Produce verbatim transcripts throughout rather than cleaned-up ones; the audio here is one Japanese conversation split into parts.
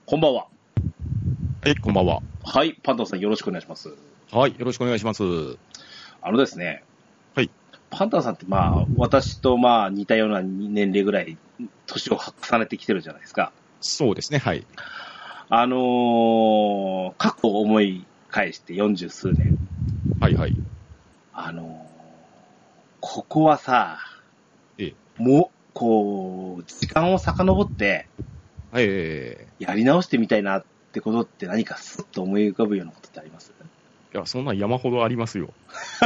こんばんは。 はい、こんばんは。 はい、パンタンさんよろしくお願いします。 はい、よろしくお願いします。 あのですね、 はい。 パンタンさんってまあ、私とまあ似たような年齢ぐらい、年を重ねてきてるじゃないですか。 そうですね、はい。 あのー、過去を思い返してよんじゅう数年。 はいはい。 あのー、ここはさ、 ええ。 もう、こう、時間を遡って、 ええ。 やり直してみたいなってことって何かスッと思い浮かぶようなことってあります？ いや、そんな山ほどありますよ。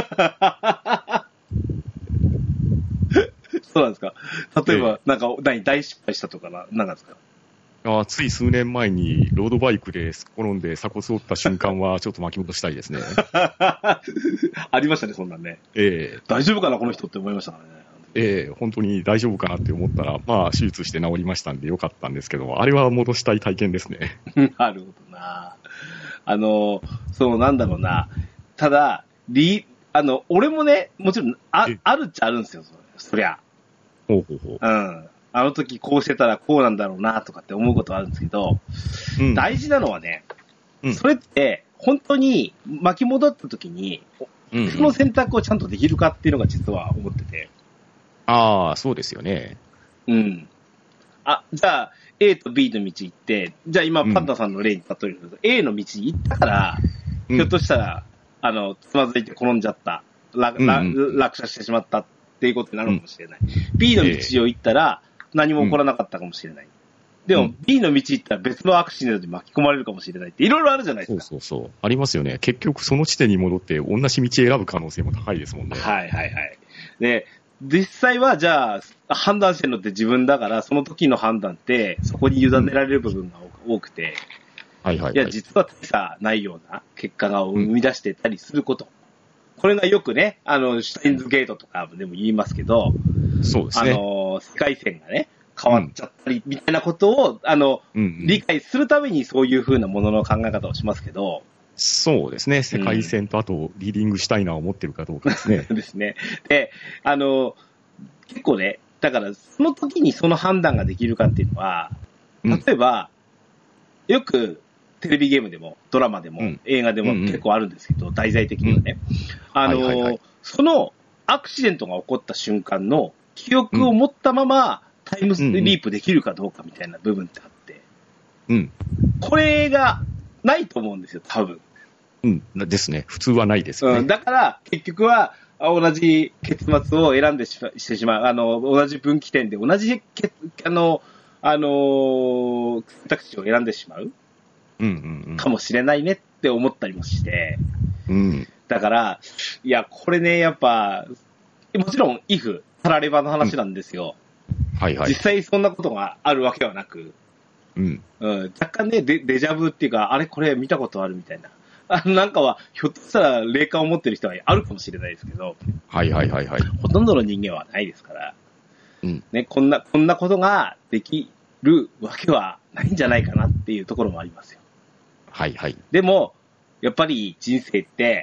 そうなんですか。例えば、 ええ、 なんか、何、大失敗したとかな、なんかですか？ あつい数年前にロードバイクで転んで鎖骨を折った瞬間はちょっと巻き戻したいですね。 ありましたね、そんなんね。 ええ。 大丈夫かな、この人って思いましたからね。 ええ、本当に大丈夫かなって思ったら、まあ、手術して治りましたんでよかったんですけど、あれは戻したい体験ですね。 なるほどな。あの、そう、なんだろうな。ただ、り、あの、俺もね、もちろん、あ、あるっちゃあるんですよ、そりゃ。 ほうほうほう。 うん。あの時こうしてたらこうなんだろうな、とかって思うことはあるんですけど、うん、大事なのはね、うん、それって、本当に巻き戻った時に、うんうん、その選択をちゃんとできるかっていうのが実は思ってて。 ああ、そうですよね。 うん。あ、じゃあ、A と B の道行って、じゃあ今、パンダさんの例に例えると、うん、A の道行ったから、うん、ひょっとしたら、あの、つまずいて転んじゃった、落、うんうん、落車してしまったっていうことになるかもしれない。うん、B の道を行ったら、何も起こらなかったかもしれない。うん、でも、うん、B の道行ったら別のアクシデントに巻き込まれるかもしれないって、いろいろあるじゃないですか。 そうそうそう。ありますよね。結局その地点に戻って同じ道選ぶ可能性も高いですもんね。 はいはいはい。で、実際はじゃあ、判断してるのって自分だから、その時の判断って、そこに委ねられる部分が多くて、うん、はいはいはい。いや、実は大差ないような結果が生み出してたりすること。うん、これがよくね、あの、シュタインズゲートとかでも言いますけど、 そうですね。 あの、世界線がね、変わっちゃったり、みたいなことを、あの、うんうん、理解するためにそういう風なものの考え方をしますけど、 そうですね。世界線とあと、リーディングしたいなを持ってるかどうかですね。 ですね。で、あの、結構ね、だから、その時にその判断ができるかっていうのは、例えば、うん、よく、テレビゲームでも、ドラマでも、うん、映画でも結構あるんですけど、うんうん、題材的にはね。うん、あの、はいはいはい、そのアクシデントが起こった瞬間の記憶を持ったまま、タイムリープできるかどうかみたいな部分ってあって、うん、これがないと思うんですよ、多分。 うん、ですね。普通はないですよね。 うん、だから、結局は、同じ結末を選んでししてしまう。あの、同じ分岐点で同じけ、あの、あの、選択肢を選んでしまう。うんうんうん。かもしれないねって思ったりもして。うん。だから、いや、これね、やっぱ、もちろん、イフ、タラレバの話なんですよ。うん、はいはい。実際そんなことがあるわけはなく。うん。うん、若干ねデ、デジャブっていうか、あれこれ見たことあるみたいな。あなんかは、ひょっとしたら霊感を持ってる人はあるかもしれないですけど。 はいはいはいはい。 ほとんどの人間はないですから。うん。ね、こんな、こんなことができるわけはないんじゃないかなっていうところもありますよ。 はいはい。 でも、やっぱり人生って、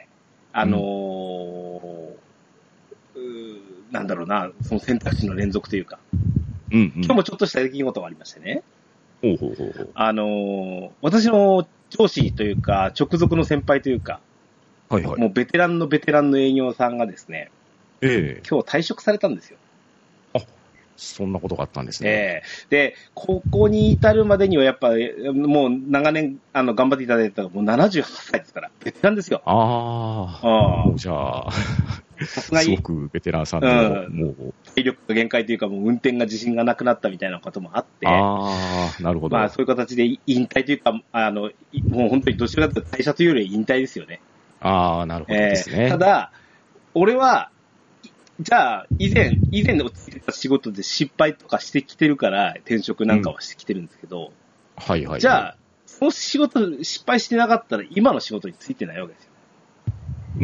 あのーうん、なんだろうな、その選択肢の連続というか。うん、うん。今日もちょっとした出来事がありましてね。 ほうほうほうほう。 あのー、私の上司というか、直属の先輩というか、はいはい。もうベテランのベテランの営業さんがですね、ええー、今日退職されたんですよ。 あ、そんなことがあったんですね。 ええー、で、ここに至るまでにはやっぱり、もう長年、あの、頑張っていただいたのがもうななじゅうはっさいですから、ベテランですよ。 ああ。ああ。もうじゃあ、さすがに。すごくベテランさんの、うん、もう。 体力が限界というか、もう運転が自信がなくなったみたいなこともあって。 ああ、なるほど。 まあそういう形で引退というか、あの、もう本当にどちらかというと退社というより引退ですよね。 ああ、なるほどですね。 えー、ただ、俺は、じゃあ、以前、以前の仕事で失敗とかしてきてるから、転職なんかはしてきてるんですけど、うん、 はいはい、はい。 じゃあ、その仕事、失敗してなかったら、今の仕事についてないわけですよ。 うん、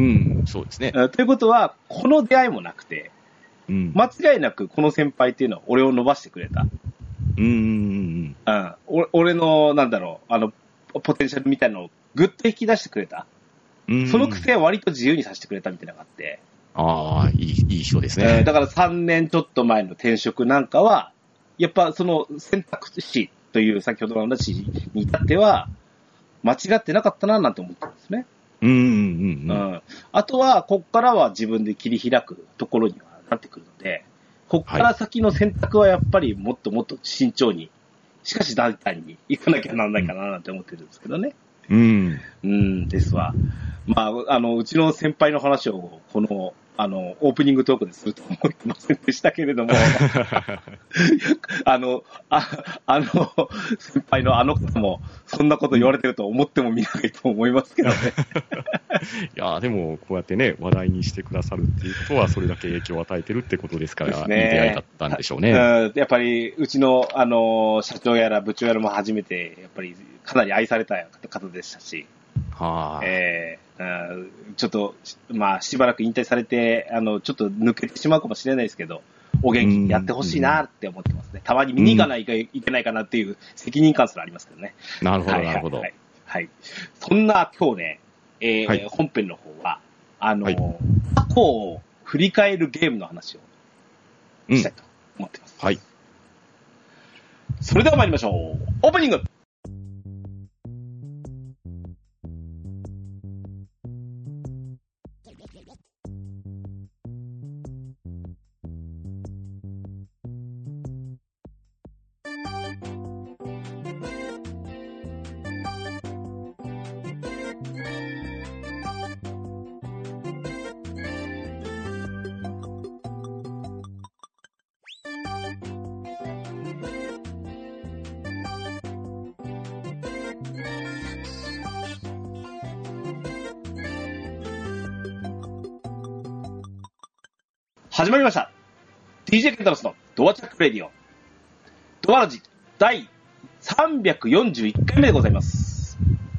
そうですね。 ということは、この出会いもなくて、うん、間違いなくこの先輩っていうのは俺を伸ばしてくれた。うん。うん。俺の、なんだろう、あの、ポテンシャルみたいなのをぐっと引き出してくれた。うん。そのくせは割と自由にさせてくれたみたいなのがあって。 ああ、いい、いい人ですね。 えー、だからさんねんちょっと前の転職なんかは、やっぱその選択肢という先ほどの話に至っては、間違ってなかったななんて思ったんですね。 うんうんうん、うん。 あとは、こっからは自分で切り開くところにはなってくるので、こっから先の選択はやっぱりもっともっと慎重に、しかし大胆に行かなきゃならないかななんて思ってるんですけどね。 うん。 うんですわ。まあ、あの、うちの先輩の話を、この、あの、オープニングトークですると思いませんでしたけれども、あの、あ、あの、先輩のあの方も、そんなこと言われてると思ってもみないと思いますけどね。 いやでも、こうやってね、話題にしてくださるっていうことは、それだけ影響を与えてるってことですから、ね、いい出会いだったんでしょうね。 うん、やっぱり、うちの、あの、社長やら部長やらも初めて、やっぱり、かなり愛された方でしたし、 はあ、 えー、ちょっと、まあ、しばらく引退されて、あの、ちょっと抜けてしまうかもしれないですけど、お元気にやってほしいなって思ってますね。たまに見に行かないといけないかなっていう責任感すらありますけどね。 なるほど、なるほど。 はい。はい。そんな今日ね、えーはい、本編の方は、あの、はい、過去を振り返るゲームの話をしたいと思ってます。 うん、はい。 それでは参りましょう。オープニング始まりました。ディージェー ケンタロスのドアチャックレディオ。ドアラジ第さんびゃくよんじゅういっかいめでございます。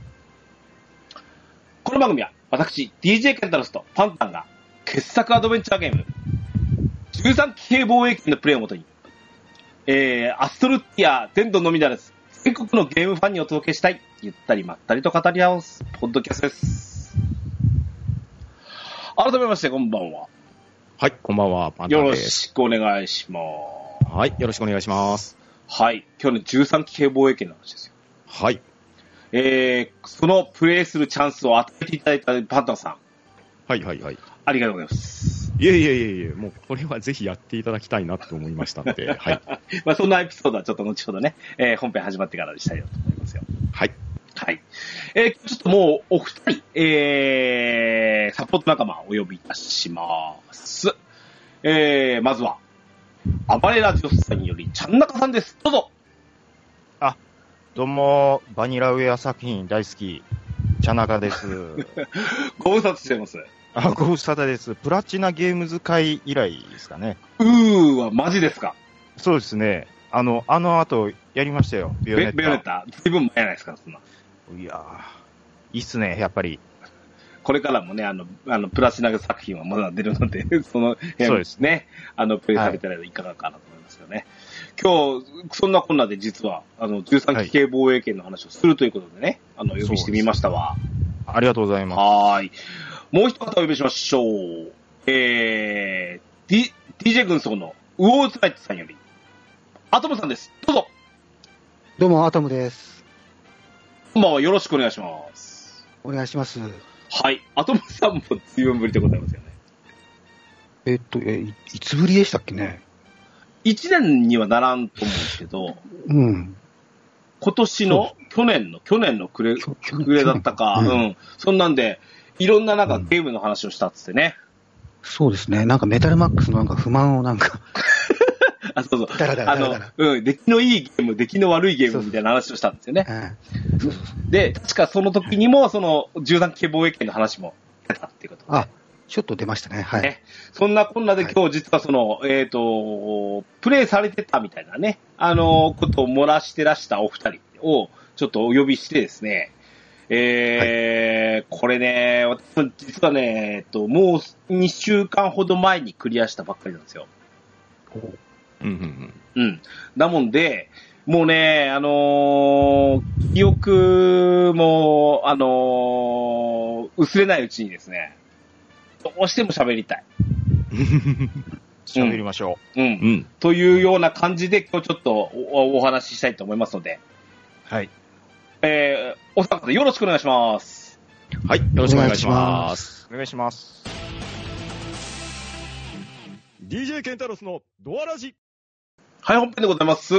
この番組は私、ディージェー ケンタロスとパンタンが傑作アドベンチャーゲーム、じゅうさん騎兵防衛権のプレイをもとに、えー、アストルティア全土のみならず、全国のゲームファンにお届けしたい、ゆったりまったりと語り合わす、ポッドキャストですす。改めまして、こんばんは。 はい、こんばんは、パンタンです。 よろしくお願いします。 はい、よろしくお願いします。 はい、今日のじゅうさん騎兵防衛権の話ですよ。 はい。 えー、そのプレイするチャンスを与えていただいたパンタンさん。 はいはいはい。 ありがとうございます。 いえいえいえいえ、もうこれはぜひやっていただきたいなと思いましたので、はい。 まあそんなエピソードはちょっと後ほどね、えー、本編始まってからにしたいなと思いますよ。 はい。 はい。えー、ちょっともうお二人、えー、サポート仲間をお呼びいたします。えー、まずは、暴れラジオスさんにより、ちゃんなかさんです。どうぞ。 あ、どうも、バニラウェア作品大好き、ちゃなかです。 ご無沙汰してます。 あ、ご無沙汰です。プラチナゲームズ会以来ですかね。 うーわ、マジですか。 そうですね。あの、あの後、やりましたよ。 ビオネッタ。ビオネッタ随分前じゃないですか、そんな。 いやー、いいっすね、やっぱり。 これからもね、あの、あの、プラチナ作品はまだ出るので、その辺、 そうですね、あの、プレイされたらいかがかなと思いますよね。はい、今日、そんなこんなで実は、あの、じゅうさん騎兵防衛権の話をするということでね、はい、あの、呼びしてみましたわ。 ありがとうございます。 はーい。もう一方お呼びしましょう。えー、D、ディージェー 軍曹のウォーズライトさんより、アトムさんです。どうぞ。 どうも、アトムです。 こんばんは、よろしくお願いします。 お願いします。 はい。アトムさんも随分ぶりでございますよね。 えっと、え、い, いつぶりでしたっけね。 一年にはならんと思うんですけど、 うん。 今年の、去年の、去年の暮れ、暮れだったか、うん、うん。そんなんで、いろんななんかゲームの話をしたっつってね。 うん、そうですね。なんかメタルマックスのなんか不満をなんか。 あ、そうそう。 だらだらだらだら。 あの、うん、出来のいいゲーム、出来の悪いゲームみたいな話をしたんですよね。 そうそうそうで、確かその時にも、その、じゅうさん騎兵防衛権の話も出たっていうことで、ね。 あ、ちょっと出ましたね。はい。ね、 そんなこんなで今日実はその、はい、えっ、ー、と、プレイされてたみたいなね、あの、ことを漏らしてらしたお二人を、ちょっとお呼びしてですね、えーはい、これね、私実はね、えっと、もうにしゅうかんほど前にクリアしたばっかりなんですよ。 うんうんうん。うん。だもんで、もうね、あのー、記憶も、あのー、薄れないうちにですね、どうしても喋りたい。 喋りましょう。うん。うん。というような感じで、今日ちょっと お, お話ししたいと思いますので。 はい。 えー、お三方よろしくお願いします。 はい。よろしくお願いします。 お願いします。 ディージェー ケンタロスのドアラジ。 はい、本編でございます。はい。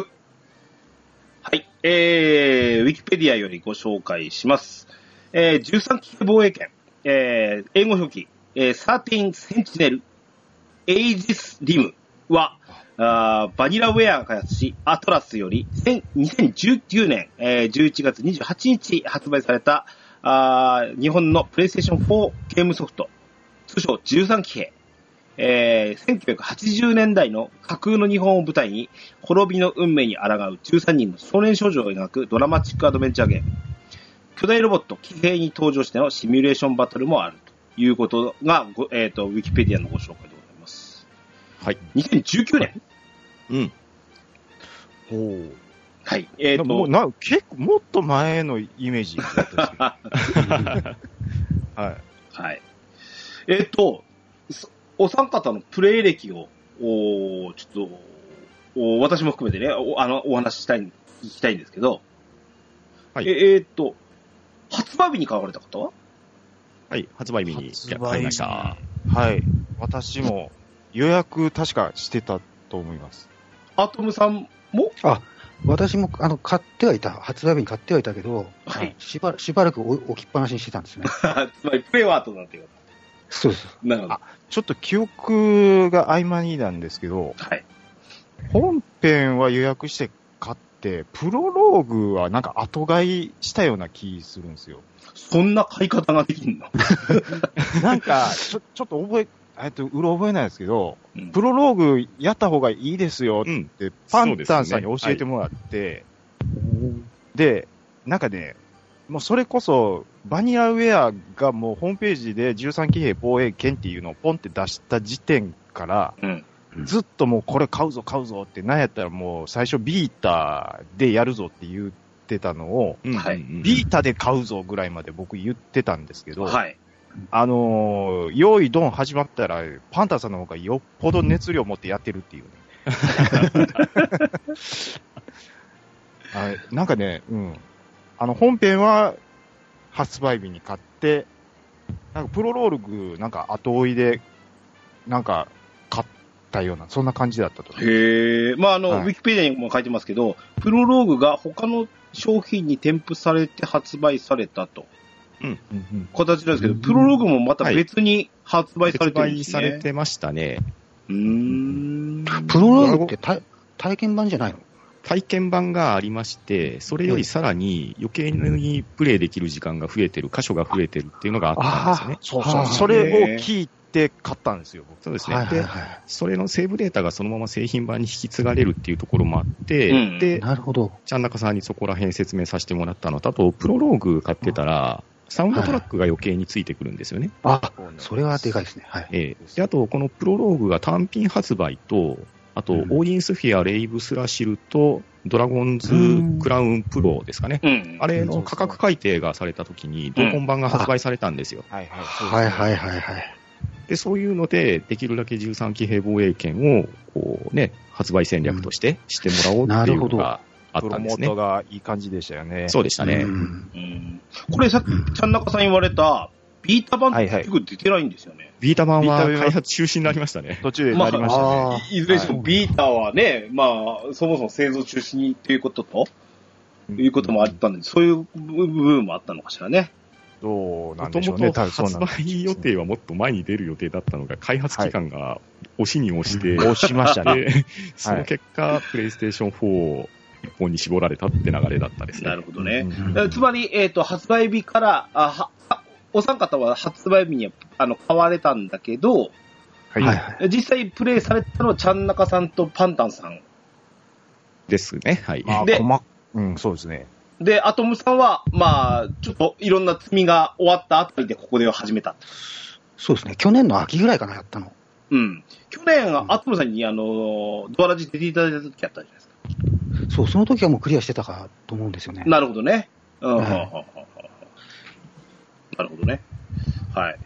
えー、ウィキペディアよりご紹介します。えー、じゅうさんき防衛権。えー、英語表記。えー、じゅうさんセンチネル。エイジスリムは、あバニラウェアが開発し、アトラスよりにせんじゅうきゅうねん、えー、じゅういちがつにじゅうはちにち発売されたあ日本のプレイステーションフォーゲームソフト、通称じゅうさん騎兵。えー、せんきゅうひゃくはちじゅうねんだいの架空の日本を舞台に滅びの運命に抗うじゅうさんにんの少年少女を描くドラマチックアドベンチャーゲーム。巨大ロボット騎兵に登場してのシミュレーションバトルもあるということが、えーと、ウィキペディアのご紹介でございます。はい。にせんじゅうきゅうねん、うん。 ほう。 はい。えっ、ー、ともうな、結構、もっと前のイメージだったですけど。 はい。はい。えっ、ー、と、お三方のプレイ歴を、おちょっとお、私も含めてね、おあのお話ししたい、聞きたいんですけど、はい、えっ、ー、と、発売日に買われた方は？ はい、発売日に買いました。 はい、私も予約確かしてたと思います。 アトムさんも？ あ、私もあの買ってはいた、発売日に買ってはいたけど、はい、しばしばらく置きっぱなしにしてたんですね。 つまりプレイワートなんていうこと。 そうです。 なるほど。 あ、ちょっと記憶が曖昧なんですけど、 はい、 本編は予約して買って、プロローグはなんか後買いしたような気するんですよ。 そんな買い方ができんの？ なんかちょ、ちょっと覚え、えっと、うろ覚えないですけど、うん、プロローグやった方がいいですよって、うん、パンタンさんに教えてもらって、で、ね、で、なんかね、もうそれこそ、バニラウェアがもうホームページでじゅうさん騎兵防衛権っていうのをポンって出した時点から、うん、ずっともうこれ買うぞ買うぞって、なんやったらもう最初ビータでやるぞって言ってたのを、うんはい、ビータで買うぞぐらいまで僕言ってたんですけど、はい、あのー、用意ドン始まったら、パンタンさんの方がよっぽど熱量持ってやってるっていう、ね。あれなんかね、うん。あの、本編は発売日に買って、なんかプロローグなんか後追いで、なんか買ったような、そんな感じだったと。 へえ。まあ、あの、はい、ウィキペディアにも書いてますけど、プロローグが他の商品に添付されて発売されたと。うん。形なんですけど、プロローグもまた別に発売されてるんですね。 発売されてましたね。 うーん。 プロローグって体体験版じゃないの？ 体験版がありまして、それよりさらに余計にプレイできる時間が増えてる、箇所が増えてるっていうのがあったんですよね。 そうそう。それを聞いて買ったんですよ、僕。 そうですね。はいはいはい、で、それのセーブデータがそのまま製品版に引き継がれるっていうところもあって、うん、で、 なるほど。 ちゃんなかさんにそこら辺説明させてもらったのと、あと、プロローグ買ってたら、サウンドトラックが余計についてくるんですよね。 はい、あ、それはでかいですね。はい。 えー、で、あと、このプロローグが単品発売と、あと、うん、オーディンスフィア、レイブスラシルと、ドラゴンズクラウンプロですかね。うん、あれの価格改定がされたときに、同梱版が発売されたんですよ。 うん、はいはいはいはいはい。 で、そういうので、できるだけじゅうさん騎兵防衛権を、こうね、発売戦略としてしてもらおうっていうのがあったんですね。 プロモートがいい感じでしたよね。 そうでしたね。 うんうん、これさっき、ちゃんなかさん言われた、ビータ版って結局出てないんですよね。はいはい、 ビータ版は開発中止になりましたね。 途中でなりましたね。まあ、 いずれにしてもビータはね、まあ、そもそも製造中止にということと、うん、いうこともあったので、そういう部分もあったのかしらね。 どうなんでしょうね。 もともと発売予定はもっと前に出る予定だったのが、開発期間が押しに押して、 はい、押しましたね。 その結果、はい、プレイステーションフォー一本に絞られたって流れだったですね。 なるほどね。うん、つまり、えっと、発売日から、あはお三方は発売日にあの買われたんだけど、はい、実際プレイされたのはちゃんなかさんとパンタンさんですね。はい。 で、ま、うん、そうですね。 で、アトムさんは、まあ、ちょっといろんな積みが終わったあたりでここで始めた。 そうですね。去年の秋ぐらいかな、やったの。 うん。去年、うん、アトムさんに、あの、ドアラジ出ていただいた時あったじゃないですか。 そう、その時はもうクリアしてたかと思うんですよね。 なるほどね。うん。はい、なるほどね。はい。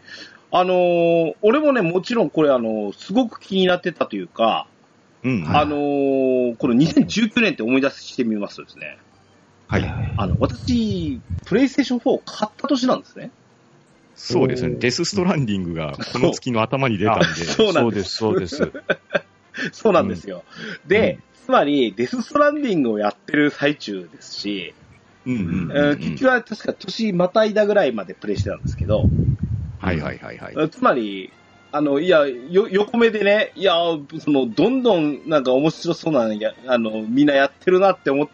あのー、俺もね、もちろんこれあのー、すごく気になってたというか、うん、あのー、このにせんじゅうきゅうねんって思い出してみますとですね、 はい。 あの、私、プレイステーションフォーを買った年なんですね。 そうですね。デスストランディングがこの月の頭に出たんで。 そうなんです。 そうです、そうです。 そうなんですよ。うん、で、うん、つまり、デスストランディングをやってる最中ですし、うんうんうんうん、結局は確か年またいだぐらいまでプレイしてたんですけど、 はいはいはいはい。 つまり、あの、いや、よ、横目でね、いや、その、どんどんなんか面白そうなのや、あの、みんなやってるなって思って、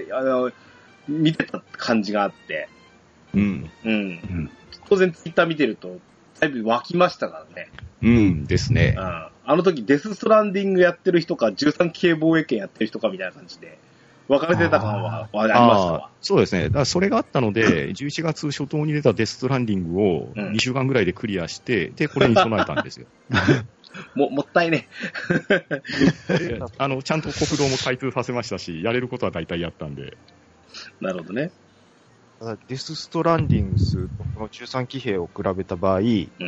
あの、見てた感じがあって、うん。うん。うん、当然ツイッター見てると、だいぶ湧きましたからね。 うんですね。 うん。あの時デスストランディングやってる人か、じゅうさん系防衛権やってる人かみたいな感じで、分かれてた感はありましたわ。 そうですね。だからそれがあったので、じゅういちがつ初頭に出たデスストランディングをにしゅうかんぐらいでクリアして、うん、で、これに備えたんですよ。 も、もったいね。 あの、ちゃんと国道も開通させましたし、やれることは大体やったんで。 なるほどね。 デスストランディングスとこのじゅうさん騎兵を比べた場合、うん、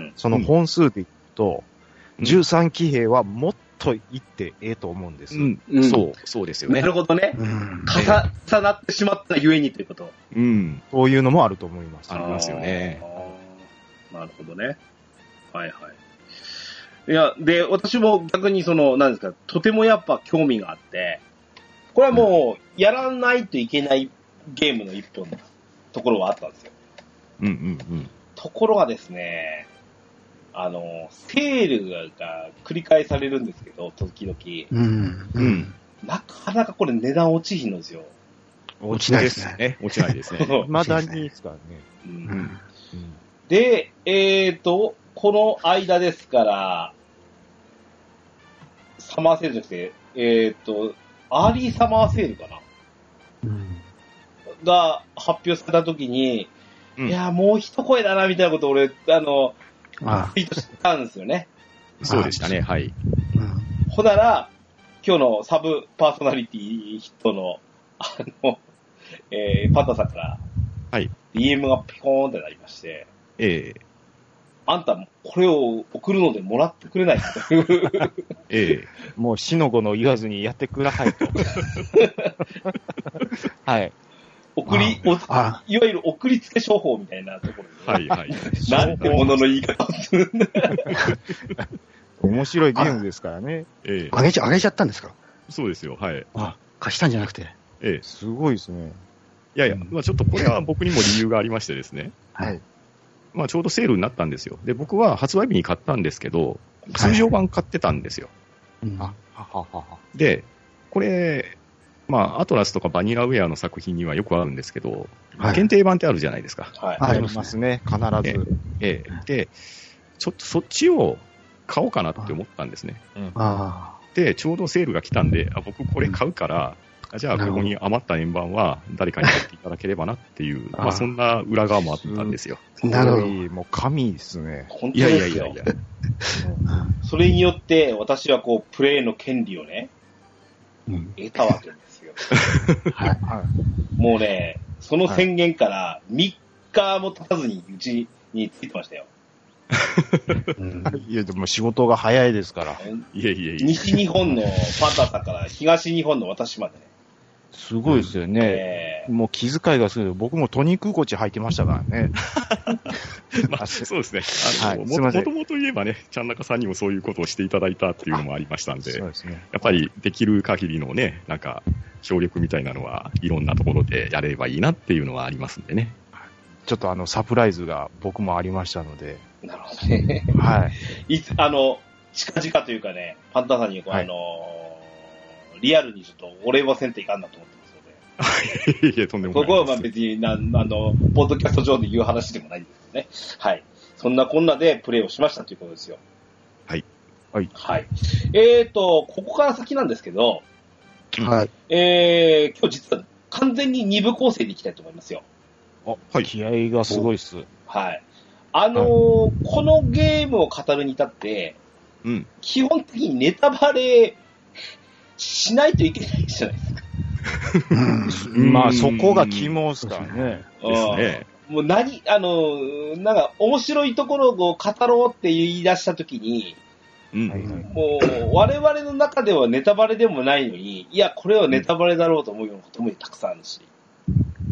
その本数でいくと、うん、じゅうさん騎兵はもっといってええと思うんです。 うんうん、そう、そうですよね。 なるほどね。うん、重なってしまったゆえにということ。 うん。そういうのもあると思います。 ありますよね。 なるほどね。はいはい。いや、で、私も逆にその、なんですか、とてもやっぱ興味があって、これはもう、やらないといけないゲームの一本のところはあったんですよ。 うんうんうん。 ところがですね、あの、セールが繰り返されるんですけど、時々。 うんうん。 なかなかこれ値段落ちひんのですよ。 落ちないですね。 落ちないですね。 まだにですからね。 うんうん、で、えっと、この間ですから、サマーセールじゃなくて、えっと、アーリーサマーセールかな、うん、が発表されたときに、うん、いや、もう一声だな、みたいなことを俺、あの、 ああツイートしたんですよね。 そうでしたね、はい。 うん、ほなら、今日のサブパーソナリティヒットの、あの、えー、パンタさんから、 はい。 ディーエム がピコーンってなりまして、 ええー。 あんた、これを送るのでもらってくれないかという。 ええ。もう、死の子の言わずにやってくださいと。はい。 送り、おあいわゆる送りつけ商法みたいなところで。 はいはい。 なんてものの言い方をするんだ。 面白いゲームですからね。 ええ。 あげちゃ、あげちゃったんですか？ そうですよ、はい。 あ、貸したんじゃなくて。 ええ。 すごいですね。 いやいや、まあちょっとこれは僕にも理由がありましてですね。 はい。 まあちょうどセールになったんですよ。で、僕は発売日に買ったんですけど、通常版買ってたんですよ。 はい、 あ、はははは。 で、これ、まあアトラスとかバニラウェアの作品にはよくあるんですけど、はい、限定版ってあるじゃないですか。 はい。 ありますね、必ず。 ええ。で、ちょっとそっちを買おうかなって思ったんですね。 うん、あで、ちょうどセールが来たんで、あ僕これ買うから、うん、じゃあここに余った円盤は誰かに買っていただければなっていう、あまあそんな裏側もあったんですよ。 なるほど。もう神ですね。 本当ですよ。いやいやいやいや。それによって私はこう、プレイの権利をね、うん、得たわけですよ。 はい。 もうね、その宣言からみっかも経たずにうちについてましたよ。 うん、いや、でも仕事が早いですから。 いやいやいや。 西日本のパンタさんから東日本の私までね。 すごいですよね。えー、もう気遣いがする。僕もトニックゴチ入ってましたからね。 まあ、そうですね。あの、はい、も, もともと言えばね、ちゃんなかさんにもそういうことをしていただいたっていうのもありましたんで、 そうですね、 やっぱりできる限りのね、なんか、協力みたいなのはいろんなところでやればいいなっていうのはありますんでね。 ちょっとあの、サプライズが僕もありましたので。 なるほどね。 はい。 いつ、あの、近々というかね、パンタさんに、はい、あの、リアルにちょっとお礼はせんといかんなと思ってますので。 いや、とんでもない。 ここはまあ別にな、あの、ポッドキャスト上で言う話でもないんですけどね。はい。そんなこんなでプレイをしましたということですよ。 はい。 はい。 はい。えーと、ここから先なんですけど、 はい。 えー、今日実は完全に二部構成でいきたいと思いますよ。 あ、はい。気合がすごいっす。 はい。あのーはい、このゲームを語るに至って、 うん。 基本的にネタバレしないといけないじゃないですか。 うん、まあ、そこが肝っすからね。 ですね。 もう何、あの、なんか、面白いところを語ろうって言い出したときに、うん、もう、我々の中ではネタバレでもないのに、いや、これはネタバレだろうと思うようなこともたくさんあるし。 うん、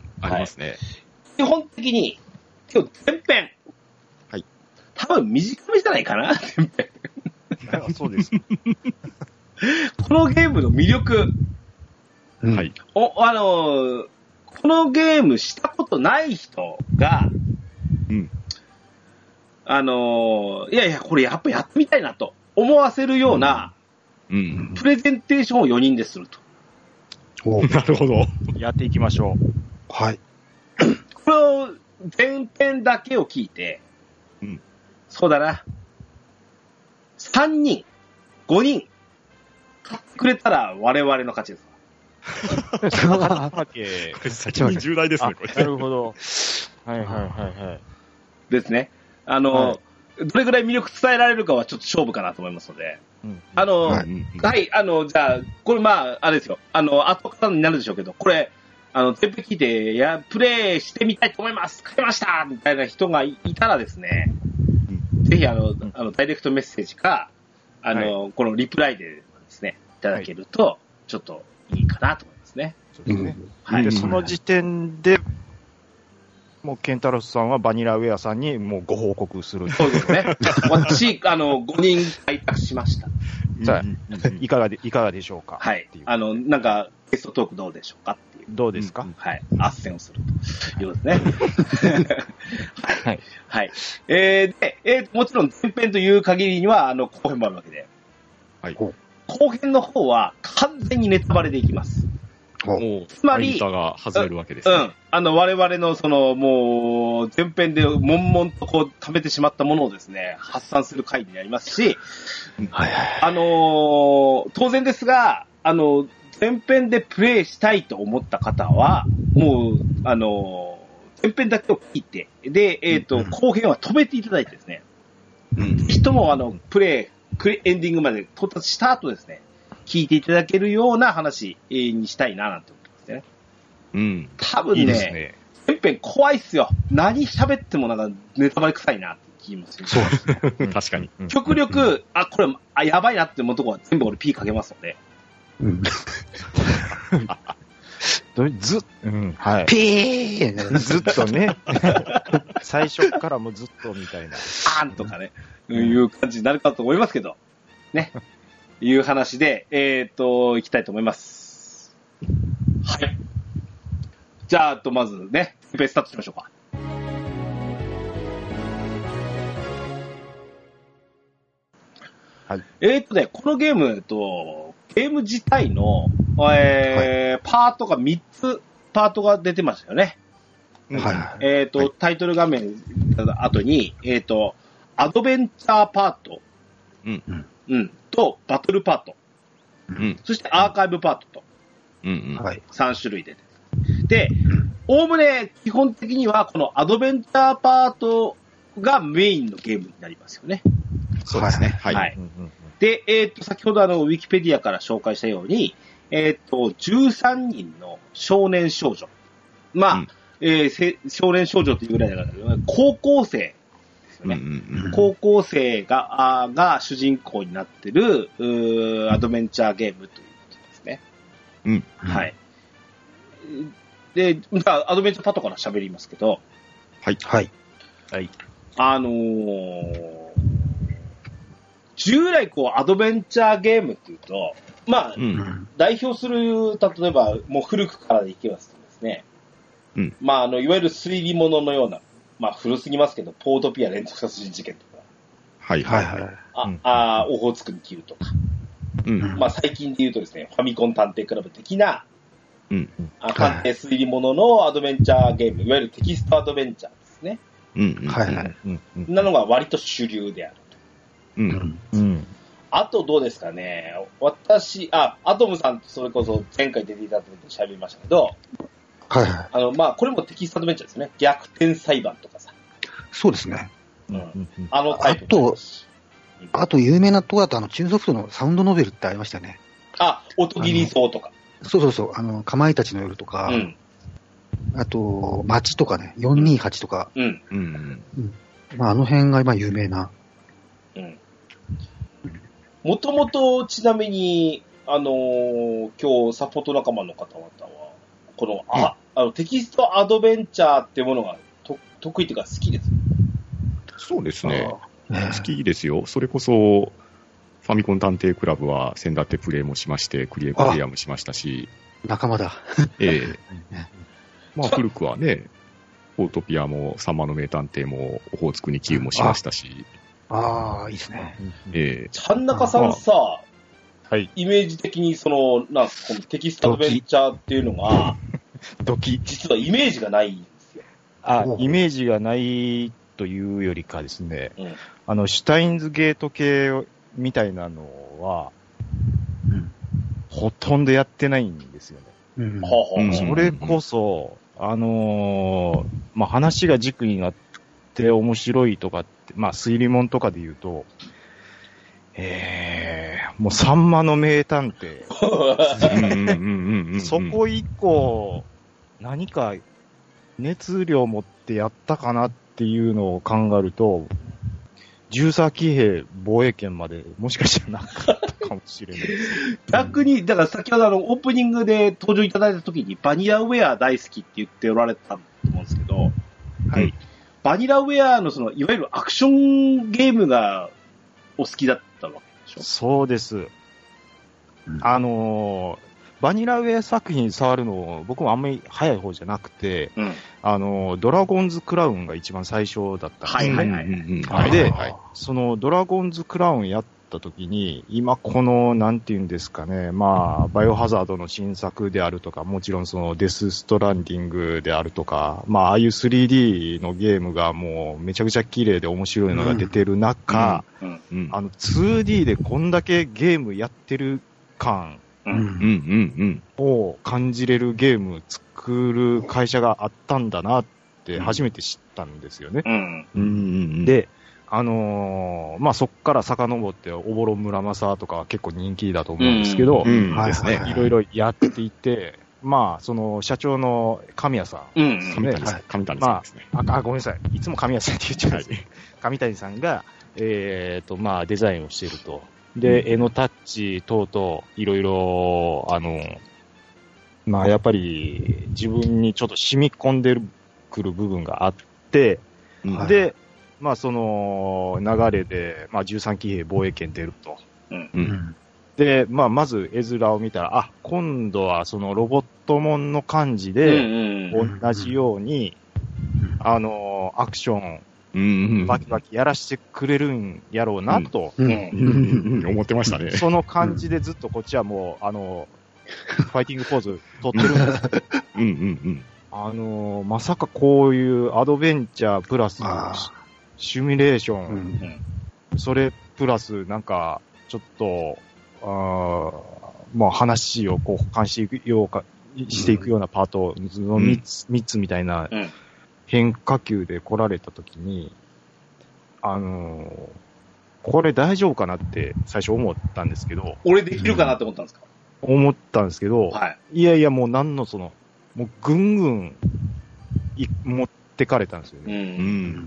ありますね。はい、 基本的に、今日前編。 はい。 多分短めじゃないかな、前編。 そうです。 このゲームの魅力。 はい。 お、あの、このゲームしたことない人が、 うん。 あの、いやいや、これやっぱやってみたいなと思わせるような、 うん。 プレゼンテーションをよにんですると。 おなるほど。 やっていきましょう。 はい。 これを前編だけを聞いて、 うん。 そうだな。さんにん、ごにん、買ってくれたら我々の勝ちです。 これ先に重大ですね、これ。 なるほど。はいはいはいはい。 ですね。あの、はい、どれぐらい魅力伝えられるかはちょっと勝負かなと思いますので。うん、あの、はい、はい、あの、じゃあ、これまあ、あれですよ。あの、後からになるでしょうけど、これ、あの、全部聞いて、いや、プレイしてみたいと思います買いましたみたいな人がいたらですね、うん、ぜひあの、あの、ダイレクトメッセージか、あの、はい、このリプライでですね、いただけると、はい、ちょっといいかなと思いますね。 そうですね。はい。で、その時点で、もう、ケンタロスさんはバニラウェアさんにもうご報告する。 そうですね。私、あの、ごにん開拓しました。 さあ、いかがで、いかがでしょうか。 はい。あの、なんか、ゲストトークどうでしょうかっていう。 どうですか、 うん、はい。斡旋をするということですね。はい。はい。えー、で、えー、もちろん前編という限りには、あの、後編もあるわけで。 はい。 後編の方は完全にネタバレでいきます。 つまり、が外れるわけですね。 うん。あの、我々のその、もう、前編で悶々とこう、溜めてしまったものをですね、発散する回になりますし、 はいはい。 あのー、当然ですが、あの、前編でプレイしたいと思った方は、もう、あのー、前編だけを聞いて、で、えっと、うん、後編は止めていただいてですね、うん。人もあの、プレイ、エンディングまで到達した後ですね、聞いていただけるような話にしたいななんて思ってますね。 うん。 多分ね、いいですね、前編怖いっすよ。何喋ってもなんかネタバレ臭いなって聞きますよ。 そうですね。確かに。 極力、あ、これ、あ、やばいなって思うとこは全部俺 P かけますので。うん。 ずっ、うん、はい。 ピーずっとね。最初からもずっとみたいな。 あーんとかね、うん、いう感じになるかと思いますけど。ね。いう話で、えっと、いきたいと思います。はい。じゃあ、と、まずね、ペースタートしましょうか。 はい。 えっとね、このゲーム、えっと、ゲーム自体の、えーはい、パートがみっつ、パートが出てましたよね。 はい。 えっと、はい、タイトル画面の後に、えっと、アドベンチャーパート。 うん。 うん。と、バトルパート。 うん。 そしてアーカイブパートと。 うんうん。 はい。さん種類で。で、おおむね基本的にはこのアドベンチャーパートがメインのゲームになりますよね。 そうですね。はい。 はい。で、えっと、先ほどあの、ウィキペディアから紹介したように、えっと、じゅうさんにんの少年少女。まあ、うん、えー、少年少女というぐらいだから、高校生ですよね。うんうんうん、高校生が、あが主人公になってる、アドベンチャーゲームということですね。 うん。 はい。で、じゃあ、アドベンチャーパートから喋りますけど。 はい。 はい。 はい。 あのー、従来こう、アドベンチャーゲームっていうと、まあ、うん、代表する、例えば、もう古くからでいきますとですね、 うん、 まあ、あの、いわゆる推理物のような、まあ、古すぎますけど、ポートピア連続殺人事件とか、 はいはいはい。 あ、うん、あ、オホーツクに切るとか、 うん、 まあ、最近で言うとですね、ファミコン探偵クラブ的な、 うん、 あ探偵推理物のアドベンチャーゲーム、いわゆるテキストアドベンチャーですね。 うん、 はいはい。 なのが割と主流であると。 うん、うん。 あとどうですかね。私、あ、アトムさんとそれこそ前回出ていただいて喋りましたけど、 はいはい。 あの、まあ、これもテキストアドベンチャーですね。逆転裁判とかさ。 そうですね。 うん。あのタイプ。 あと、あと有名なとこだと、あの、チューンソフトのサウンドノベルってありましたよね。 あ、音切り層とか。 そうそうそう、あの、かまいたちの夜とか、うん、あと、街とかね、よんにーはちとか、うん。うん。うん、まあ、あの辺が今有名な。 うん。もともと、ちなみに、あのー、今日、サポート仲間の方々は、この、あ、うん、あの、テキストアドベンチャーってものがと得意というか好きです。 そうですね。好きですよ。それこそ、ファミコン探偵クラブは先だってプレイもしまして、クリエクリアもしましたし。 仲間だ。 ええまあ古くはね、オートピアもサンマの名探偵もオホーツクにキューもしましたし。 ああ、いいですね。 ええちゃんなかさんさ、はい、イメージ的にその、なんこのテキストアドベンチャーっていうのが、 ドキ。 実はイメージがないんですよ。 あ、イメージがないというよりかですね、うん、あの、シュタインズゲート系みたいなのは、うん、ほとんどやってないんですよね。うん、それこそ、あのー、まあ、話が軸になって面白いとかって、まあ、推理門とかで言うと、えー、もうサンマの名探偵。そこ以降、何か熱量持ってやったかなっていうのを考えると、重佐騎兵防衛権までもしかしたらなかったかもしれないです。 逆に、だから先ほどあのオープニングで登場いただいた時にバニラウェア大好きって言っておられたと思うんですけど、はい。バニラウェアのその、いわゆるアクションゲームがお好きだったわけでしょ？ そうです。うん、あのー、バニラウェア作品触るの、僕もあんまり早い方じゃなくて、うん、あの、ドラゴンズクラウンが一番最初だったんですね。はいはいはい。で、はい、そのドラゴンズクラウンやった時に、今この、なんていうんですかね、まあ、バイオハザードの新作であるとか、もちろんそのデスストランディングであるとか、まあ、ああいう スリーディー のゲームがもうめちゃくちゃ綺麗で面白いのが出てる中、うんうんうん、あの ツーディー でこんだけゲームやってる感、うんうんうんうん、を感じれるゲーム作る会社があったんだなって初めて知ったんですよね。うんうんうん、で、あのー、まあ、そっから遡っておぼろ村正とかは結構人気だと思うんですけど、うんうんですね、いろいろやっていて、まあ、その社長の神谷さん、うんうん、 神谷さん、神谷さんですね。 まあ、あ、ごめんなさい。いつも神谷さんって言っちゃうんですね。神谷さんが、えーと、まあ、デザインをしていると。で、うん、絵のタッチ等々、いろいろ、あの、まあ、やっぱり、自分にちょっと染み込んでくる部分があって、うん、で、まあ、その、流れで、まあ、じゅうさん騎兵防衛権出ると。うんうん、で、まあ、まず絵面を見たら、あ、今度はそのロボットもんの感じで、同じように、あの、アクション、うんうん、バキバキやらしてくれるんやろうなと、うんうん、思ってましたね。 その感じでずっとこっちはもう、あの、ファイティングポーズ取ってるんですけど、うんうんうん、あの、まさかこういうアドベンチャープラスシミュレーション、うんうん、それプラスなんか、ちょっと、あまあ話をこう補完していくようか、していくようなパートのみっつ、みっつみたいな、うん変化球で来られたときに、あのー、これ大丈夫かなって最初思ったんですけど。 俺できるかなって思ったんですか？ うん、思ったんですけど、はい、いやいやもう何のその、もうぐんぐんい持ってかれたんですよね。うんうん、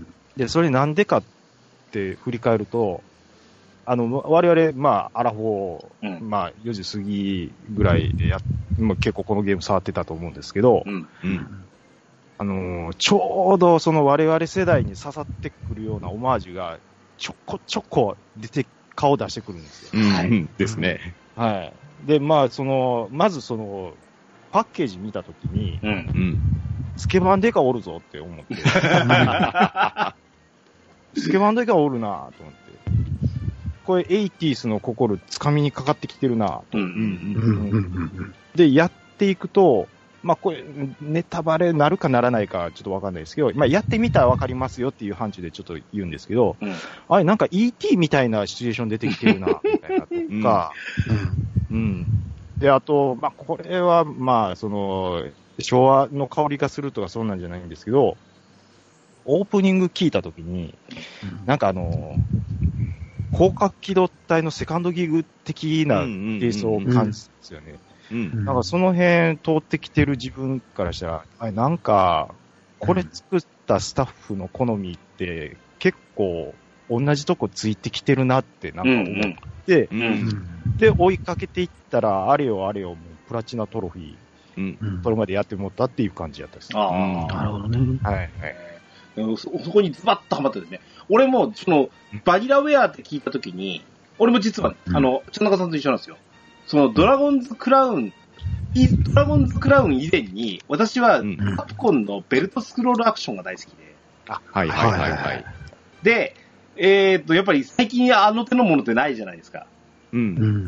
で、それなんでかって振り返ると、あの、我々、まあ、アラフォー、うん、まあ、よじ過ぎぐらいでや、まあ、結構このゲーム触ってたと思うんですけど、うんうんあのー、ちょうどその我々世代に刺さってくるようなオマージュがちょこちょこ出て、顔出してくるんですよ。 はい。ですね。 はい。で、まあ、その、まずその、パッケージ見たときに、うん。スケバンデカおるぞって思って。スケバンデカおるなぁと思って。これ、エイティースの心つかみにかかってきてるなぁと。うん。で、やっていくと、まあこれ、ネタバレなるかならないかちょっとわかんないですけど、まあやってみたらわかりますよっていう範疇でちょっと言うんですけど、うん、あれなんか イーティー みたいなシチュエーション出てきてるな、みたいなとか、うん、うん。で、あと、まあこれはまあその、昭和の香りがするとかそうなんじゃないんですけど、オープニング聞いたときに、なんかあの、広角機動隊のセカンドギグ的なテイストを感じるんですよね。 うん、なんかその辺通ってきてる自分からしたら、あれなんか、これ作ったスタッフの好みって結構同じとこついてきてるなってなんか思って、うんうん、で、追いかけていったら、あれよあれよ、もうプラチナトロフィー、うん、それまでやってもったっていう感じだったです。 ああ、なるほどね。はい。はいそ, そこにズバッとハマってですね。俺も、その、バニラウェアって聞いたときに、俺も実は、ね、うん、あの、ちゃんなかさんと一緒なんですよ。その、ドラゴンズクラウン、ドラゴンズクラウン以前に、私は、カプコンのベルトスクロールアクションが大好きで。 あ、はいはいはいはい。 で、えー、っと、やっぱり最近あの手のものってないじゃないですか。 うん。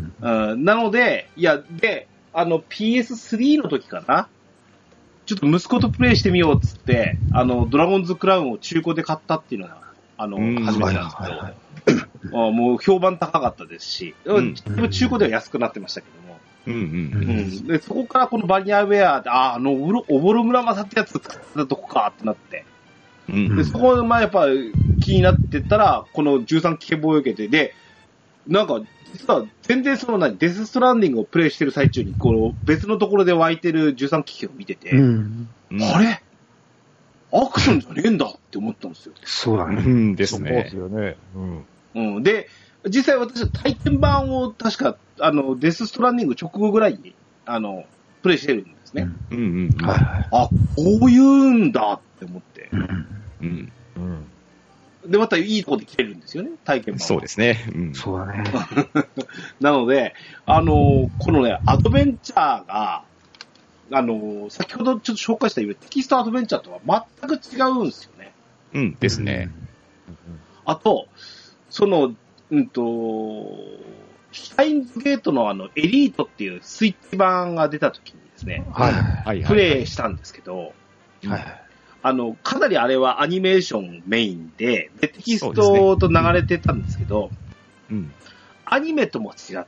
うん、なので、いや、で、あの、ピーエススリー の時かなちょっと息子とプレイしてみようっつって、あの、ドラゴンズクラウンを中古で買ったっていうのが、あの、初めてなんですけど、はいはいはい、もう評判高かったですし、うん、中古では安くなってましたけども、 うんうんうんうん、 でそこからこのバニラウェアで、あ、あの、おぼろ村正ってやつ使ったとこかってなって、うんうん、でそこがまあやっぱ気になってったら、このじゅうさんきけ防衛受けて、で、なんか、実は全然その何、デスストランディングをプレイしてる最中に、こう、別のところで湧いてるじゅうさんきけを見てて、うんうん、あれアクションじゃねえんだって思ったんですよ。 そうだね。 うんですね。 そうですよね。 うん。うん。で、実際私は体験版を確か、あの、デスストランディング直後ぐらいに、あの、プレイしてるんですね。 うん。うんうん。はい。 あ、こういうんだって思って。うん。 うん。 うん。で、またいいとこで来てるんですよね、体験版。 そうですね。うん。 そうだね。 なので、あの、このね、アドベンチャーが、あの、先ほどちょっと紹介したようにテキストアドベンチャーとは全く違うんですよね。 うんですね。 あと、その、うんと、シュタインズゲートのあの、エリートっていうスイッチ版が出た時にですね、はい、プレイしたんですけど、はい、あの、かなりあれはアニメーションメインで、でテキストと流れてたんですけど、うん、アニメとも違って、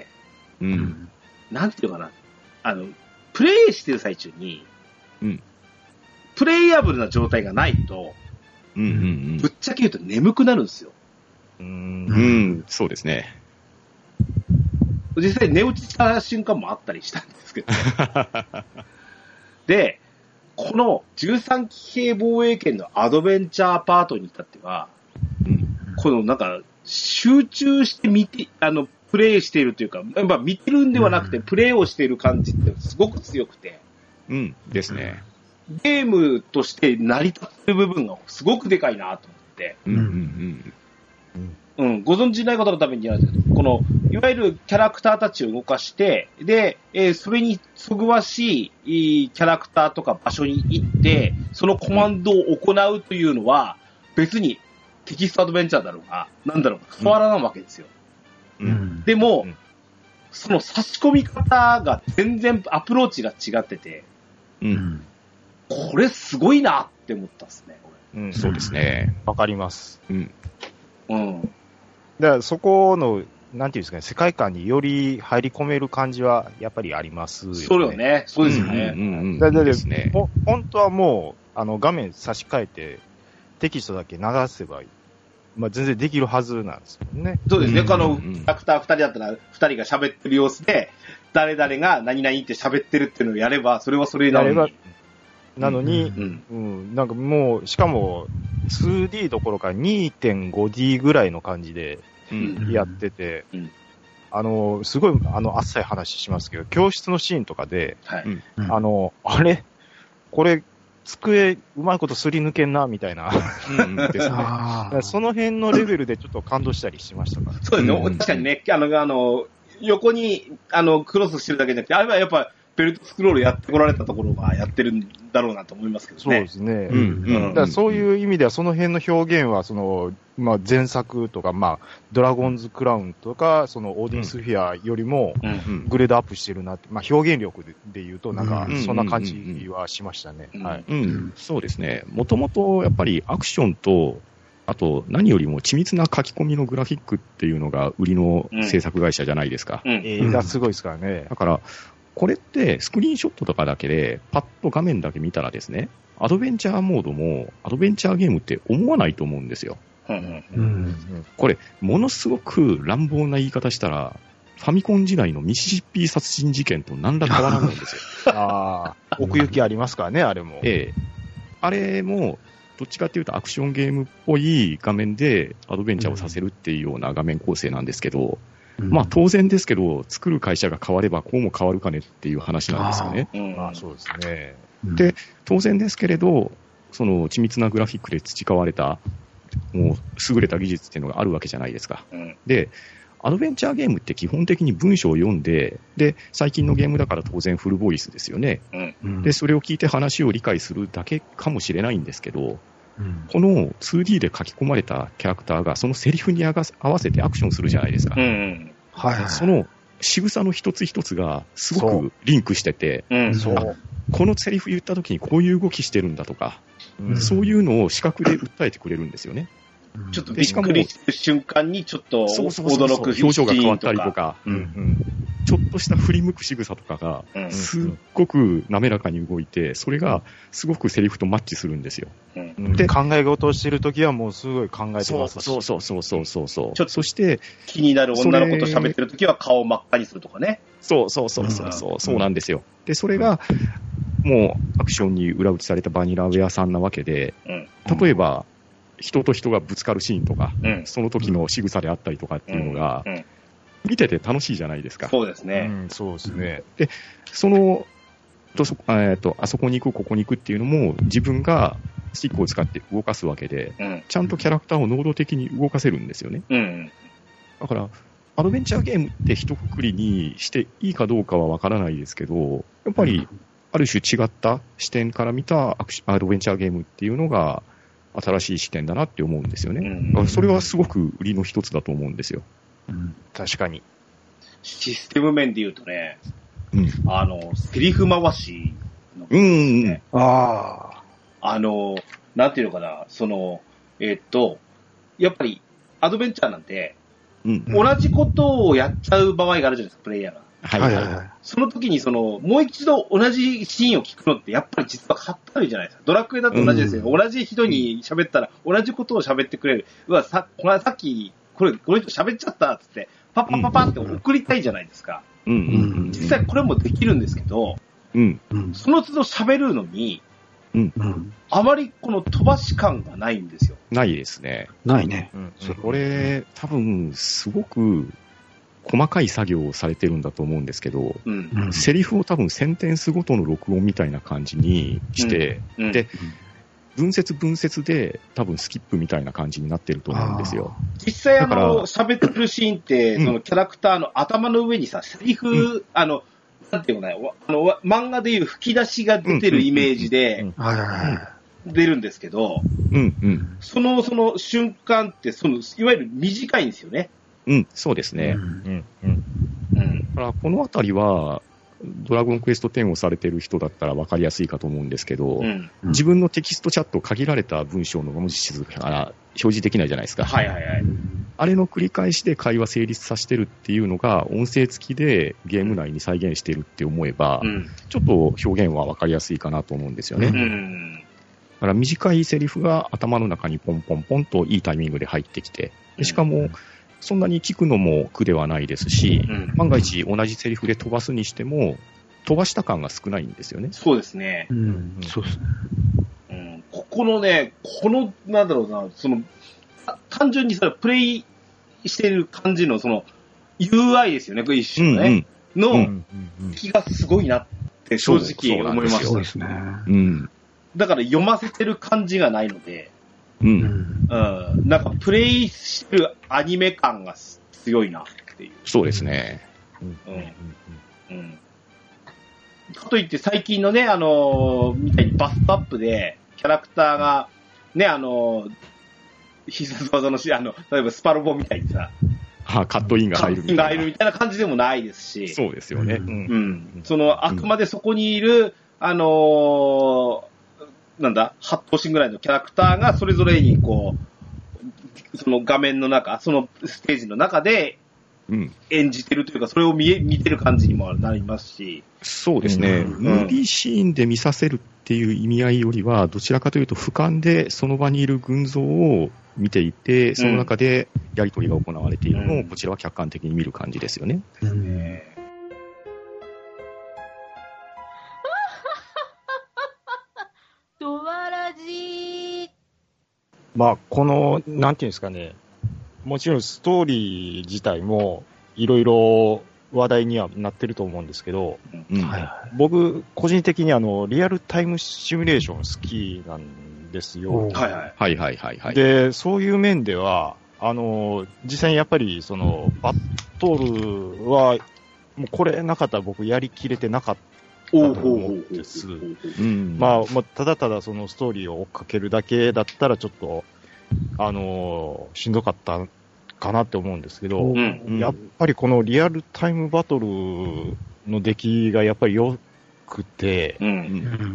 うん、なんていうかな、あの、プレイしてる最中に、うん、プレイヤブルな状態がないと、うんうんうん、ぶっちゃけ言うと眠くなるんですよ。 うーん、うん、そうですね。 実際寝落ちした瞬間もあったりしたんですけど。で、このじゅうさんきけい防衛圏のアドベンチャーパートに至っては、うん、このなんか集中して見て、あの、プレイしているというか、まあ、見てるんではなくて、プレイをしている感じってすごく強くて。 うん、ですね。 ゲームとして成り立ってる部分がすごくでかいなと思って。うんうんうんうん、ご存知ない方のために言うんですけど、この、いわゆるキャラクターたちを動かして、で、えー、それにそぐわしいキャラクターとか場所に行って、そのコマンドを行うというのは、別にテキストアドベンチャーだろうが、なんだろうが変わらないわけですよ。うん、でも、うん、その差し込み方が全然アプローチが違ってて、うん、これすごいなって思ったんですね。 うん、そうですね。 わかります。 うん。うん。 だからそこの、なんていうんですかね、世界観により入り込める感じはやっぱりありますよね。 そうよね。そうですよね。 うんうんうん、だだですね。本当はもう、あの、画面差し替えて、テキストだけ流せばいい。まあ、全然できるはずなんですよね。 そうですね。うんうんうん、あの、キャラクター二人だったら、二人が喋ってる様子で、誰々が何々って喋ってるっていうのをやれば、それはそれなのに。 なのに、うんうんうん、なんかもう、しかも、ツーディー どころか にてんごディー ぐらいの感じでやってて、うんうん、あの、すごい、あの、浅い話しますけど、教室のシーンとかで、はい、あの、あれこれ、机、うまいことすり抜けんな、みたいな。うんですね。その辺のレベルでちょっと感動したりしましたから。 そうですね。うん、確かにね、あの、あの、横に、あの、クロスしてるだけじゃなくて、あれはやっぱ、ベルトスクロールやってこられたところがやってるんだろうなと思いますけどね。 そうですね。うん。うん、だからそういう意味では、その辺の表現は、その、まあ、前作とか、まあ、ドラゴンズクラウンとか、その、オーディンスフィアよりも、グレードアップしてるなって、まあ、表現力で言うと、なんか、そんな感じはしましたね。はい。 うん。そうですね。もともと、やっぱり、アクションと、あと、何よりも緻密な書き込みのグラフィックっていうのが売りの制作会社じゃないですか。 うん。映画すごいですからね。 だから、これってスクリーンショットとかだけでパッと画面だけ見たらですね、アドベンチャーモードもアドベンチャーゲームって思わないと思うんですよ。うんうんうん、これ、ものすごく乱暴な言い方したら、 ファミコン時代のミシシッピ殺人事件と何ら変わらないんですよ。 ああ、奥行きありますからね、あれも。 ええ。あれも、どっちかっていうとアクションゲームっぽい画面でアドベンチャーをさせるっていうような画面構成なんですけど、うん、まあ当然ですけど、作る会社が変わればこうも変わるかねっていう話なんですよね。 あ、うん、あそうですね。 で、当然ですけれど、その緻密なグラフィックで培われた、もう優れた技術っていうのがあるわけじゃないですか。うん、で、アドベンチャーゲームって基本的に文章を読んで、で、最近のゲームだから当然フルボイスですよね。うん、で、それを聞いて話を理解するだけかもしれないんですけど、うん、この ツーディー で書き込まれたキャラクターがそのセリフに合わせてアクションするじゃないですか。うんはいはい、その仕草の一つ一つがすごくリンクしてて、うん、そうこのセリフ言った時にこういう動きしてるんだとか、うん、そういうのを視覚で訴えてくれるんですよね。 ちょっとびっくりする瞬間にちょっと驚く表情が変わったりとか、うんうん、ちょっとした振り向く仕草とかがすっごく滑らかに動いて、それがすごくセリフとマッチするんですよ。 うん、で考え事をしてるときはもうすごい考えてますし、 そうそうそうそうそうそう。 ちょっとそして気になる女の子と喋ってるときは顔を真っ赤にするとかね。 そうそうそうそうそう、うん、そうなんですよ。でそれがもうアクションに裏打ちされたバニラウェアさんなわけで、うん、例えば人と人がぶつかるシーンとか、うん、その時の仕草であったりとかっていうのが、うんうん、見てて楽しいじゃないですか。 そうですね。 うん、そうですね。 で、その、とそえーと、あそこに行く、ここに行くっていうのも、自分がスティックを使って動かすわけで、うん、ちゃんとキャラクターを能動的に動かせるんですよね。うん、だから、アドベンチャーゲームって一括りにしていいかどうかはわからないですけど、やっぱり、ある種違った視点から見たアドベンチャーゲームっていうのが、新しい視点だなって思うんですよね。うん、それはすごく売りの一つだと思うんですよ。 うん、確かに。 システム面で言うとね、うん、あの、セリフ回しの、ね、うんうん、ああ。あの、なんていうのかな、その、えー、っと、やっぱり、アドベンチャーなんて、うん、同じことをやっちゃう場合があるじゃないですか、プレイヤーが。はいはいはい。その時にその、もう一度同じシーンを聞くのってやっぱり実はかったるじゃないですか。ドラクエだと同じですよ。うん、同じ人に喋ったら同じことを喋ってくれる。うわ、さ、このさっき、これ、この人喋っちゃったっつって、パッパッパッパって送りたいじゃないですか。うんうん、実際これもできるんですけど、うん、その都度喋るのに、うん、あまりこの飛ばし感がないんですよ。 ないですね。 ないね。 うん、これ、多分、すごく、細かい作業をされてるんだと思うんですけど、うんうん、セリフを多分センテンスごとの録音みたいな感じにして、うんうん、で、文節文節で多分スキップみたいな感じになってると思うんですよ。 実際あの、喋ってるシーンって、そのキャラクターの頭の上にさ、セリフ、うん、あの、なんていうのかな、あの、漫画でいう吹き出しが出てるイメージで、出るんですけど、うんうん、その、その瞬間って、その、いわゆる短いんですよね。 うん、そうですね。うんうんうん、だからこのあたりは、ドラゴンクエストテンをされてる人だったら分かりやすいかと思うんですけど、うん、自分のテキストチャット限られた文章の文字数から表示できないじゃないですか。はいはいはい。あれの繰り返しで会話成立させてるっていうのが、音声付きでゲーム内に再現してるって思えば、うん、ちょっと表現は分かりやすいかなと思うんですよね。うん、だから短いセリフが頭の中にポンポンポンといいタイミングで入ってきて、でしかも、そんなに聞くのも苦ではないですし、うん、万が一同じセリフで飛ばすにしても、飛ばした感が少ないんですよね。 そうですね。うん、そうですね。うん、ここのね、この、なんだろうな、その、単純にそれプレイしてる感じの、その、ユーアイ ですよね、一種のね、うんうん、の、気がすごいなって正直思いました。そうですね。うん。だから読ませてる感じがないので、うん、うん。なんか、プレイしてるアニメ感が強いなっていう。 そうですね。うん。 うん。うん。かといって、最近のね、あのー、みたいにバストアップで、キャラクターが、ね、あのー、必殺技のし、あの、例えばスパロボみたいにさ、 はあ、カットインが入るみたいな。 カットインが入るみたいな感じでもないですし。 そうですよね。うん。 うん。その、あくまでそこにいる、あのー、なんだ、はっ頭身ぐらいのキャラクターがそれぞれにこう、その画面の中、そのステージの中で演じてるというか、それを見え見てる感じにもなりますし。 そうですね。うん、ムービーシーンで見させるっっていう意味合いよりは、どちらかというと俯瞰でその場にいる群像を見ていて、その中でやり取りが行われているのをこちらは客観的に見る感じですよね。うんうんドワラジー。 まあ、この、なんていうんですかね、もちろんストーリー自体もいろいろ話題にはなってると思うんですけど、うんはいはい、僕、個人的にあの、リアルタイムシミュレーション好きなんですよ。 はいはいはいはいはい、はい。 で、そういう面では、あの、実際にやっぱりその、バトルは、もうこれなかったら僕やりきれてなかった。と思うんです。まあ、まあ、ただただそのストーリーを追っかけるだけだったらちょっと、あのー、しんどかったかなって思うんですけど、うん、やっぱりこのリアルタイムバトルの出来がやっぱり良くて、うん、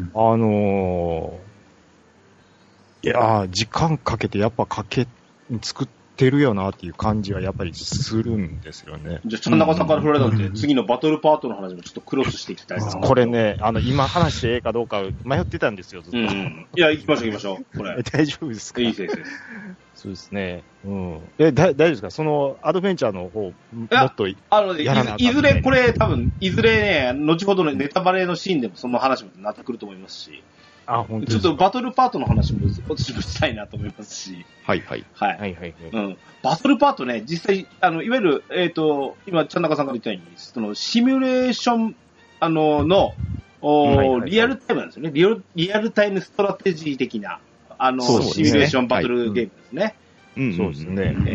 あのー、いやー、時間かけてやっぱかけ、作って、てるよなっていう感じはやっぱりするんですよね。 じゃあ、ちゃんなかさんから振られたんで、次のバトルパートの話もちょっとクロスしていきたいな。 これね、あの、今話してええかどうか迷ってたんですよ、ずっと。うん、 いや、行きましょう行きましょう。これ。 大丈夫ですか？ いい先生。 そうですね。うん。え、だ、大丈夫ですか？その、アドベンチャーの方、もっとあのね、いずれ、これ多分、いずれね、後ほどのネタバレのシーンでもその話もなってくると思いますし。 あ、本当ちょっとバトルパートの話も私もしたいなと思いますし。 はいはい。 はい。 はいはいはい。 うん。バトルパートね、実際、あの、いわゆる、えっ、ー、と、今、ちゃんなかさんが言ったように、その、シミュレーション、あの、の、おはいはいはい、リアルタイムなんですよね。リアル、リアルタイムストラテジー的な、あの、ね、シミュレーションバトルゲームですね。 うん、そうですね。 うん、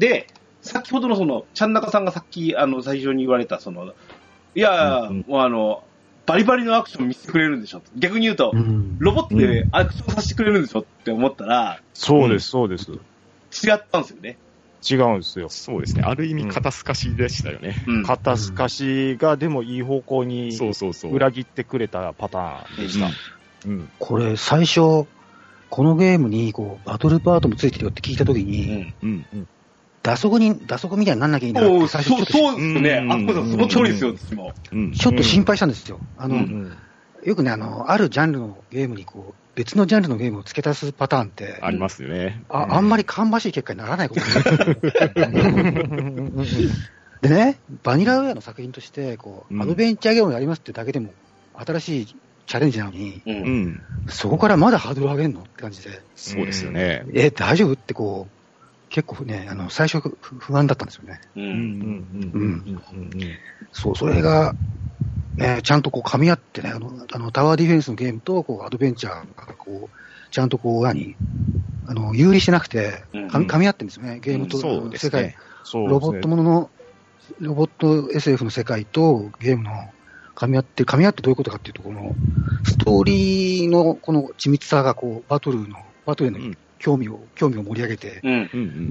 で、先ほどのその、ちゃんなかさんがさっき、あの、最初に言われた、その、いや、うん、もうあの、バリバリのアクション見せてくれるんでしょ。逆に言うと、うん、ロボットでアクションさせてくれるんでしょって思ったら、 そうです、そうです。 違ったんですよね。 違うんですよ。 そうですね。ある意味、肩透かしでしたよね。 うん、肩透かしが、でもいい方向に裏切ってくれたパターンでした。 うんうん、これ、最初、このゲームにこうバトルパートもついてるよって聞いたときに、うんうん打足に、打足みたいになんなきゃいいんだって最初ちょっと。 そうですね。あ、その通りですよ、私も。 ちょっと心配したんですよ。あの、うん、よくね、あの、あるジャンルのゲームにこう、別のジャンルのゲームを付け足すパターンって、 ありますよね。 あ、あんまり芳しい結果にならないことでね、バニラウェアの作品として、こう、アドベンチャーゲームをやりますってだけでも、新しいチャレンジなのに、うん、そこからまだハードル上げるのって感じで。 そうですよね。 え、大丈夫ってこう、結構ね、あの、最初不安だったんですよね。うん。うん。そう、それが、ね、ちゃんとこう噛み合ってね、あの、あのタワーディフェンスのゲームと、こう、アドベンチャーが、こう、ちゃんとこう、何あの、有利してなくて、噛み合ってるんですよね、ゲームと、うん、世界、ね、ロボットものの、ロボット エスエフ の世界とゲームの噛み合って、噛み合ってどういうことかっていうと、この、ストーリーのこの緻密さが、こう、バトルの、バトルの、うん興味を、興味を盛り上げて、うん、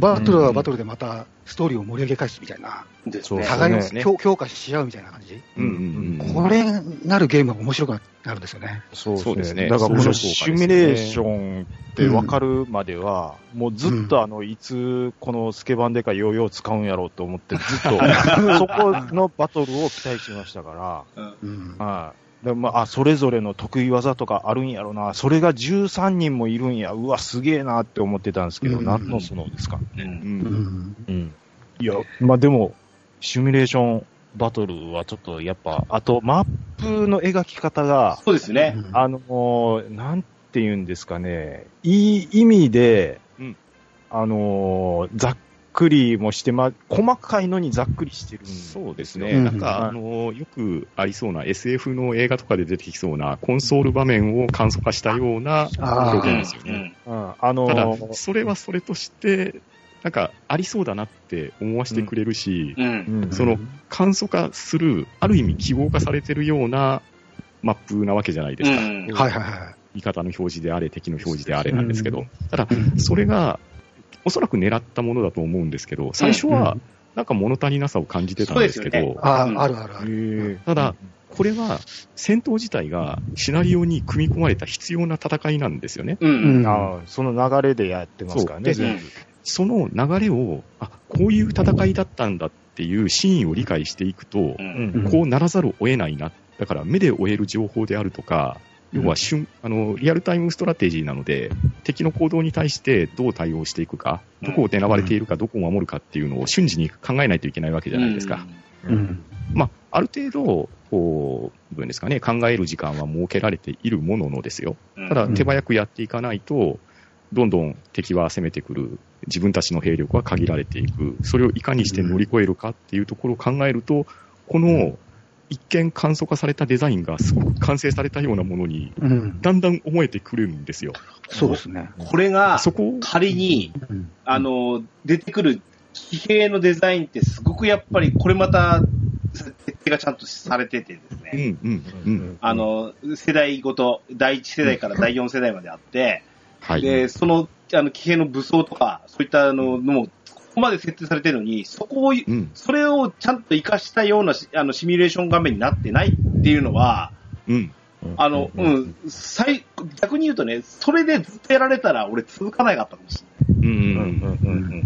バトルはバトルでまたストーリーを盛り上げ返すみたいな、うん、互いを、ね、強化し合うみたいな感じ、うんうんうん、これなるゲームが面白くなるんですよね。 そうですね。だからこのシミュレーションって分かるまでは、うん、もうずっとあの、いつこのスケバンデカヨーヨー使うんやろうと思ってずっとそこのバトルを期待しましたから、うんはい、でまあ、それぞれの得意技とかあるんやろな、それがじゅうさんにんもいるんや、うわ、すげえなって思ってたんですけど、うん、何のそのですか、うんうんうん、いや、まあでも、シミュレーションバトルはちょっとやっぱ、あと、マップの描き方が、 そうですね。 あの、なんて言うんですかね、いい意味で、うん、あの、ざっくりもしてま、細かいのにざっくりしてるんです。 そうですね。うん、なんか、あの、よくありそうな エスエフ の映画とかで出てきそうなコンソール場面を簡素化したような表現ですよね。うん、あのー、ただ、それはそれとして、なんか、ありそうだなって思わせてくれるし、うんうん、その、簡素化する、ある意味記号化されてるようなマップなわけじゃないですか。うん、 はいはいはい。 味方の表示であれ、敵の表示であれなんですけど、ただ、それが、おそらく狙ったものだと思うんですけど、最初はなんか物足りなさを感じてたんですけど、うんうん、 あ, あるあるある。 ただ、これは戦闘自体がシナリオに組み込まれた必要な戦いなんですよね。 うんうん、あその流れでやってますからね。 そ, その流れを、あ、こういう戦いだったんだっていうシーンを理解していくと、うんうん、こうならざるを得ないな。だから目で追える情報であるとか、 要は瞬、あの、リアルタイムストラテジーなので、敵の行動に対してどう対応していくか、どこを狙われているか、どこを守るかっていうのを瞬時に考えないといけないわけじゃないですか。うんうん、まあ、ある程度、こう、どうですかね、考える時間は設けられているもののですよ。ただ、手早くやっていかないと、どんどん敵は攻めてくる、自分たちの兵力は限られていく、それをいかにして乗り越えるかっていうところを考えると、この、一見簡素化されたデザインがすごく完成されたようなものに、だんだん思えてくるんですよ。 うん、そうですね。 これが、仮に、あの、出てくる騎兵のデザインってすごくやっぱり、これまた、設定がちゃんとされててですね。うんうんうん、あの、世代ごと、だいいち世代からだいよん世代まであって、はい、で、その、あの、騎兵の武装とか、そういったのも、ここまで設定されてるのに、そこを、うん、それをちゃんと活かしたようなあのシミュレーション画面になってないっていうのは、うん、あの、うん、うん、最、逆に言うとね、それでずっとやられたら俺続かないかったかもしれない。うん、うん、うん、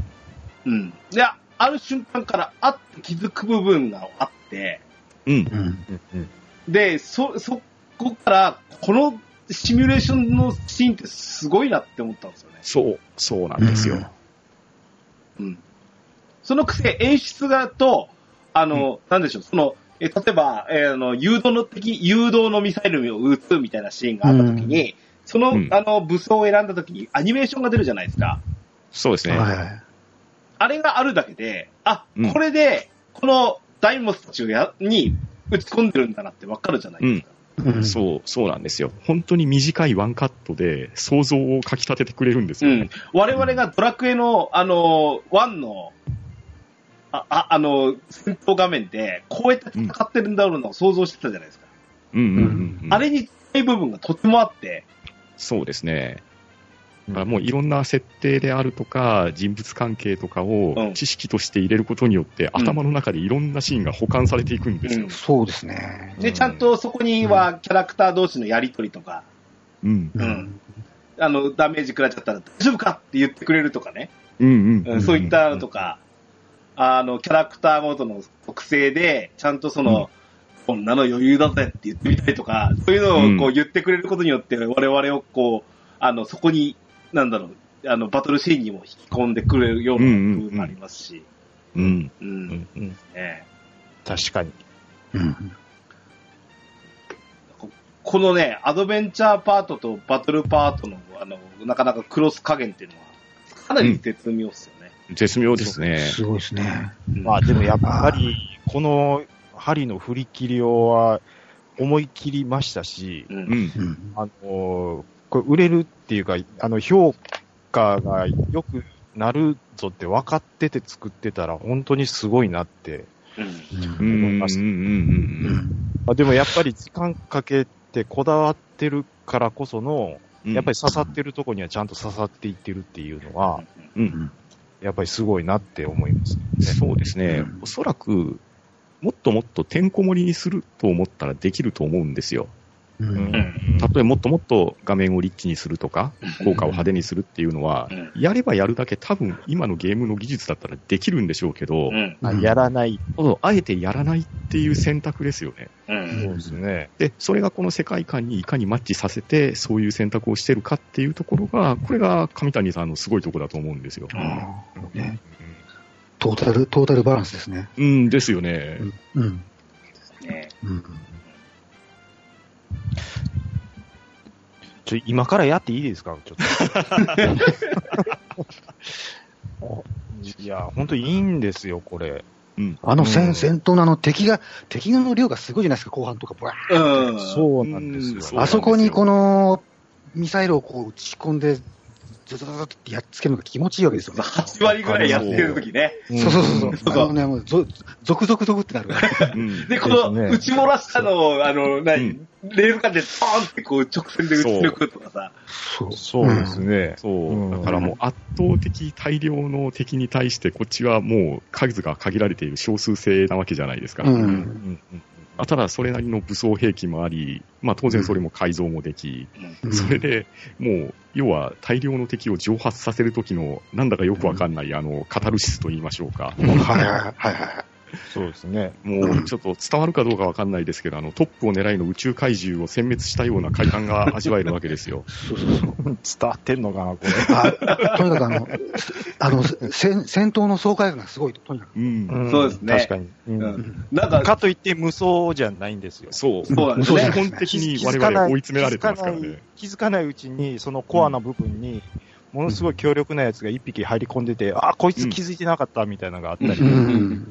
うん。うん。いや、ある瞬間からあって気づく部分があって、うん、うん。で、そ、そこから、このシミュレーションのシーンってすごいなって思ったんですよね。 そう、そうなんですよ。うんうん、そのくせ演出がと、あの、うん、なんでしょう、その、え例えば、えー、あの、誘導の敵、誘導のミサイルを撃つみたいなシーンがあったときに、うん、その、うん、あの、武装を選んだときにアニメーションが出るじゃないですか。 そうですね。はい、 あれがあるだけで、あ、うん、これで、このダイモスたちをやに打ち込んでるんだなってわかるじゃないですか。 うん、そう、そうなんですよ。本当に短いワンカットで想像をかき立ててくれるんですよ、ね。うん。 我々がドラクエの、あの、ワンの、あ、ああの、戦闘画面で、こうやって戦ってるんだろうなを想像してたじゃないですか。うんうんうん、うん。あれに近い部分がとてもあって。 そうですね。だからもういろんな設定であるとか、人物関係とかを知識として入れることによって、うん、頭の中でいろんなシーンが保管されていくんですよ。うん、 そうですね。 で、ちゃんとそこにはキャラクター同士のやりとりとか、うん。うん。あの、ダメージ食らっちゃったら大丈夫かって言ってくれるとかね。うんうん、うん。そういったのとか、あの、キャラクターごとの特性で、ちゃんとその、うん、こんなの余裕だぜって言ってみたりとか、そういうのをこう言ってくれることによって、我々をこう、あの、そこに、なんだろう、あの、バトルシーンにも引き込んでくれるような部分もありますし。うん。うん。うん。うん。 ね、確かに。うん。 このね、アドベンチャーパートとバトルパートの、あの、なかなかクロス加減っていうのは、かなり絶妙ですよね。 うん、絶妙ですね。 すごいですね。 まあでもやっぱり、この針の振り切りをは思い切りましたし、うん。あの、これ売れるっていうか、あの、評価が良くなるぞって分かってて作ってたら、本当にすごいなって、思いました。でもやっぱり時間かけてこだわってるからこその、やっぱり刺さってるとこにはちゃんと刺さっていってるっていうのは、うん、やっぱりすごいなって思います、 ね。そうですね。おそらく、もっともっとてんこ盛りにすると思ったらできると思うんですよ。うん、例えばもっともっと画面をリッチにするとか、効果を派手にするっていうのは、やればやるだけ多分今のゲームの技術だったらできるんでしょうけど、うんうん、やらない。 あえてやらないっていう選択ですよね。 うん、そうですね。 で、それがこの世界観にいかにマッチさせて、そういう選択をしてるかっていうところが、これが上谷さんのすごいところだと思うんですよ。うんね、 トータル、トータルバランスですね。 うんですよね。うん。うんですね。うんちょ今からやっていいですかちょっと。いや、本当にいいんですよ、これ。 うん、あの戦、うん、戦闘のあの敵が、敵の量がすごいじゃないですか、後半とか、ブワーッ、うん、そうなんですよ。 すよあそこにこの、ミサイルをこう打ち込んで、ずずずずってやっつけるのが気持ちいいわけですよね。 はち割ぐらいやってるときね。 そうそうそうそう。あのね、もう、ゾクゾクゾクってなるから。 で、この、打ち漏らしたのを、あの、何、レールガンでポーンってこう直線で打ち抜くとかさ。 そう。そうですね。 そう。だからもう圧倒的大量の敵に対してこっちはもう数が限られている少数制なわけじゃないですか。うんうんうんただそれなりの武装兵器もあり、まあ当然それも改造もでき、うん、それでもう、要は大量の敵を蒸発させるときの、なんだかよくわかんない、うん、あの、カタルシスと言いましょうか。はいはいはいはい。 そうですね。 もうちょっと伝わるかどうかわかんないですけど、あのトップを狙いの宇宙怪獣を殲滅したような快感が味わえるわけですよ。 そうそうそう。伝わってんのかな、これ。 あとにかくあの、あの、戦戦闘の爽快感がすごいと、とにかく。 うん。そうですね。 確かに。うん。 うん、なんか、 かといって無双じゃないんですよ。 そう。 そうなんですね。 基本的に我々追い詰められてますからね。 気づかないうちに、そのコアな部分に、ものすごい強力なやつが一匹入り込んでて、うん、あ、こいつ気づいてなかったみたいなのがあったり。うんうん、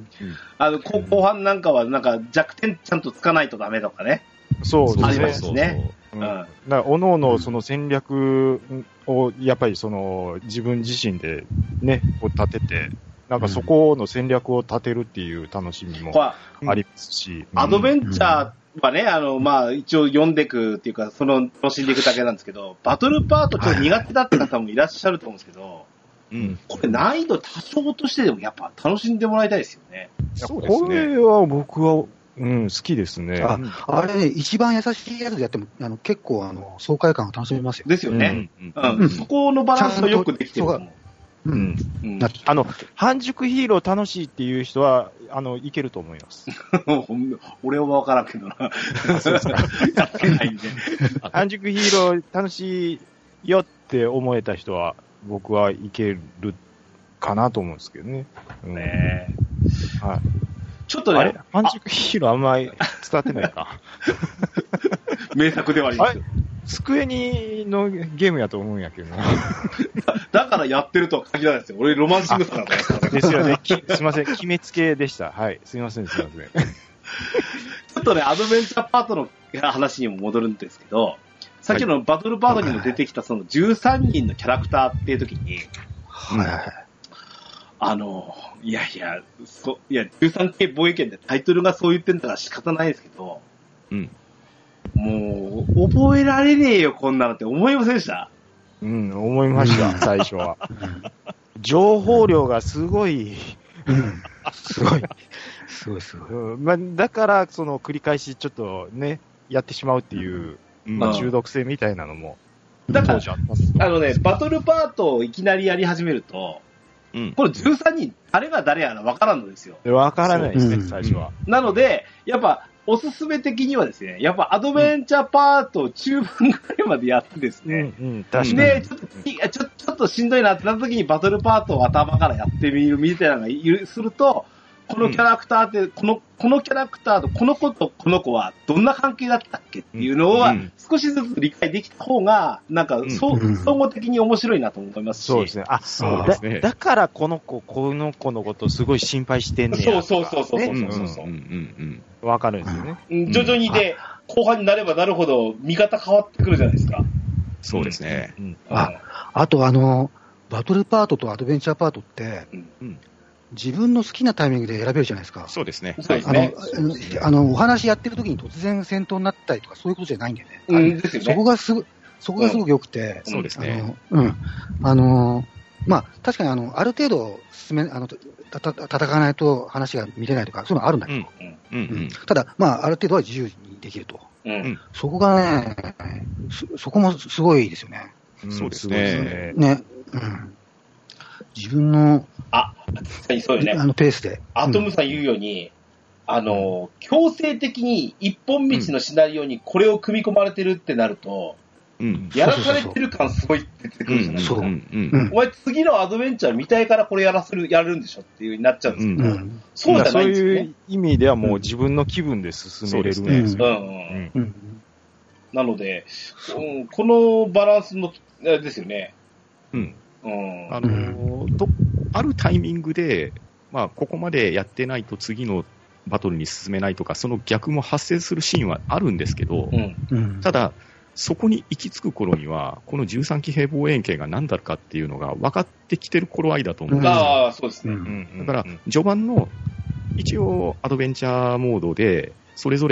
あの、後半なんかは、なんか弱点ちゃんとつかないとダメとかね。 そうですね。 ありますね。 うん。だから、おのおのその戦略を、やっぱりその、自分自身でね、こう立てて、なんかそこの戦略を立てるっていう楽しみもありますし。 うん、アドベンチャー、はね、あの、まあ、一応読んでいくっていうか、その、楽しんでいくだけなんですけど、バトルパートちょっと苦手だった方もいらっしゃると思うんですけど、うん。これ難易度多少としてでもやっぱ楽しんでもらいたいですよね。 そうですね。これは僕は、うん、好きですね。 あ、あれね、一番優しいやつでやっても、あの、結構、あの、爽快感を楽しめますよ。 ですよね。うん。うんうん、そこのバランスがよくできてると思う。 うん。うん、あの、半熟ヒーロー楽しいっていう人は、あの、いけると思います。 俺はわからんけどな。そうですか。やってないんで。 半熟ヒーロー楽しいよって思えた人は、僕はいけるかなと思うんですけどね。うん、ねえ。はい。ちょっとね。 半熟ヒーローあんまり伝わってないか。 名作ではありますよ。 机にのゲームやと思うんやけどな。 だからやってるとは限らないですよ。俺ロマンシングさんだから。 ですよね。すいません。決めつけでした。はい。すいません、すいません。 ちょっとね、アドベンチャーパートの話にも戻るんですけど、さっきのバトルパートにも出てきたそのじゅうさんにんのキャラクターっていう時に、はいはい。あの、いやいや、そいや、じゅうさん系防衛権でタイトルがそう言ってんだから仕方ないですけど、うん。もう、覚えられねえよ、こんなのって思いませんでした？ うん、思いました、最初は。情報量がすごい。 うん、すごい。すごいすごい。 うん、まあ、だから、その、繰り返しちょっとね、やってしまうっていう、うん、まあ、中毒性みたいなのも、 だから、あのね、バトルパートをいきなりやり始めると、うん、このじゅうさんにん、誰が誰やら分からんのですよ。 分からないですね、うん、最初は。 なので、やっぱ、おすすめ的にはですね、やっぱアドベンチャーパートを中盤ぐらいまでやってですね、うんうん、確かにでちょっとちょ、ちょっとしんどいなってなった時にバトルパートを頭からやってみるみたいなのがすると、このキャラクターって、この、このキャラクターとこの子とこの子はどんな関係だったっけっていうのは少しずつ理解できた方が、なんか、総合的に面白いなと思いますし。 そうですね。あ、そうですね。だからこの子、この子のことすごい心配してんねや。 そうそうそうそうそうそう。 わかるんですよね。 徐々にで、後半になればなるほど見方変わってくるじゃないですか。 そうですね。 あ、あとあの、バトルパートとアドベンチャーパートって、うん自分の好きなタイミングで選べるじゃないですか。 そうですね。 あの、あの、お話やってる時に突然戦闘になったりとか、そういうことじゃないんだよね。うん、ですよね。そこがすご、そこがすごく良くて。 そうですね。 うん。あの、まあ、確かにあの、ある程度進め、あの、た、た、戦わないと話が見れないとか、そういうのあるんだけど。うん。うん。ただ、まあ、ある程度は自由にできると。うん。そこがね、そ、そこもすごいですよね。 そうですね。 ね。うん。自分の、 あ、そうよね。 あのペースで。 アトムさん言うように、うん、あの、強制的に一本道のシナリオにこれを組み込まれてるってなると、うん、やらされてる感すごい出てくるじゃないですか。お前次のアドベンチャー見たいからこれやらせる、やるんでしょっていう風になっちゃうんですけど、うん、そうじゃないんですよね。 そういう意味ではもう自分の気分で進めれるんですよ。 なので、うん、このバランスの、ですよね。 うん。うん、あのー、と、あるタイミングで、まあ、ここまでやってないと次のバトルに進めないとか、その逆も発生するシーンはあるんですけど、うん、ただ、そこに行き着く頃には、このじゅうさん騎兵防衛権が何だかっていうのが分かってきてる頃合いだと思うんですよ。 ああ、そうですね。 だから、序盤の、一応、アドベンチャーモードで、それぞれ、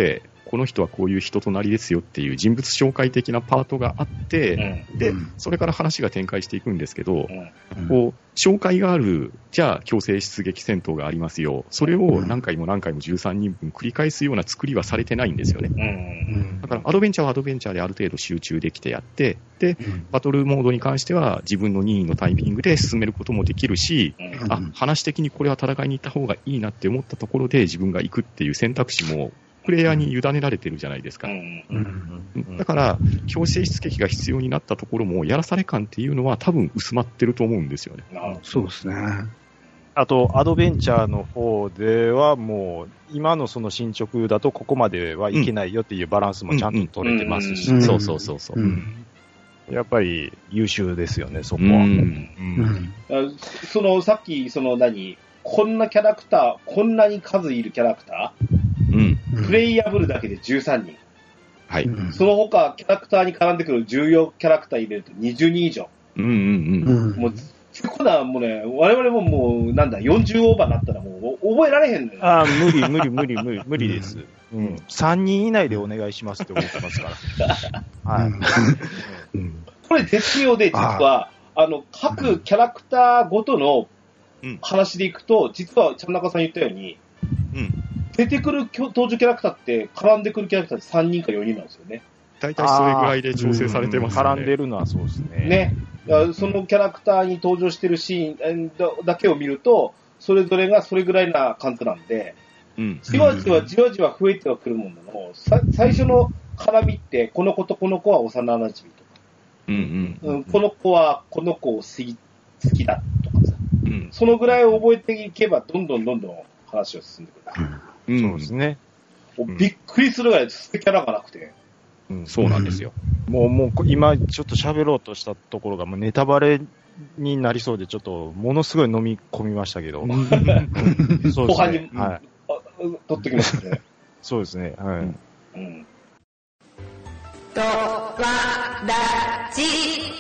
この人はこういう人となりですよっていう人物紹介的なパートがあって、うん、で、それから話が展開していくんですけど、うん、こう、紹介がある、じゃあ強制出撃戦闘がありますよ。それを何回も何回もじゅうさんにんぶん繰り返すような作りはされてないんですよね。うん、だからアドベンチャーはアドベンチャーである程度集中できてやって、で、バトルモードに関しては自分の任意のタイミングで進めることもできるし、うん、あ、話的にこれは戦いに行った方がいいなって思ったところで自分が行くっていう選択肢もプレイヤーに委ねられてるじゃないですか。うんうん、だから、強制出撃が必要になったところも、やらされ感っていうのは多分薄まってると思うんですよね。 そうですね。 あと、アドベンチャーの方ではもう、今のその進捗だとここまではいけないよっていうバランスもちゃんと取れてますし、 そうそうそうそう。うんやっぱり優秀ですよね、そこは。うんうん、その、さっき、その何、こんなキャラクター、こんなに数いるキャラクター、うん、プレイヤブルだけでじゅうさんにん。 はい。 その他、キャラクターに絡んでくる重要キャラクター入れるとにじゅうにん以上。うんうんうん。もう、こんなもうね、我々ももう、なんだ、よんじゅうオーバーになったらもう覚えられへんのよ。 ああ、無理無理無理無理無理です。うん。さんにん以内でお願いしますって思ってますから。はい。 うん、これ絶妙で、実は、あの、各キャラクターごとの話でいくと、実は、ちゃんなかさん言ったように、うん、出てくる登場キャラクターって、絡んでくるキャラクターってさんにんかよにんなんですよね。 大体それぐらいで調整されてますね。 絡んでるのはそうですね。ね。そのキャラクターに登場してるシーンだけを見ると、それぞれがそれぐらいな感じなんで、うん、じわじわじわじわ増えてはくるもんなの、最初の絡みって、この子とこの子は幼馴染とか、うんうんうん、この子はこの子を好き、好きだとかさ、うん、そのぐらいを覚えていけば、どんどんどんどん話が進んでくる。 うん、そうですね。 びっくりするぐらい捨てキャラがなくて。 うん、そうなんですよ。 もう、もう、今、ちょっと喋ろうとしたところが、もうネタバレになりそうで、ちょっと、ものすごい飲み込みましたけど。そうですね。 後半に、はい、取ってきますね。 そうですね。はい。うん。 とわらじ。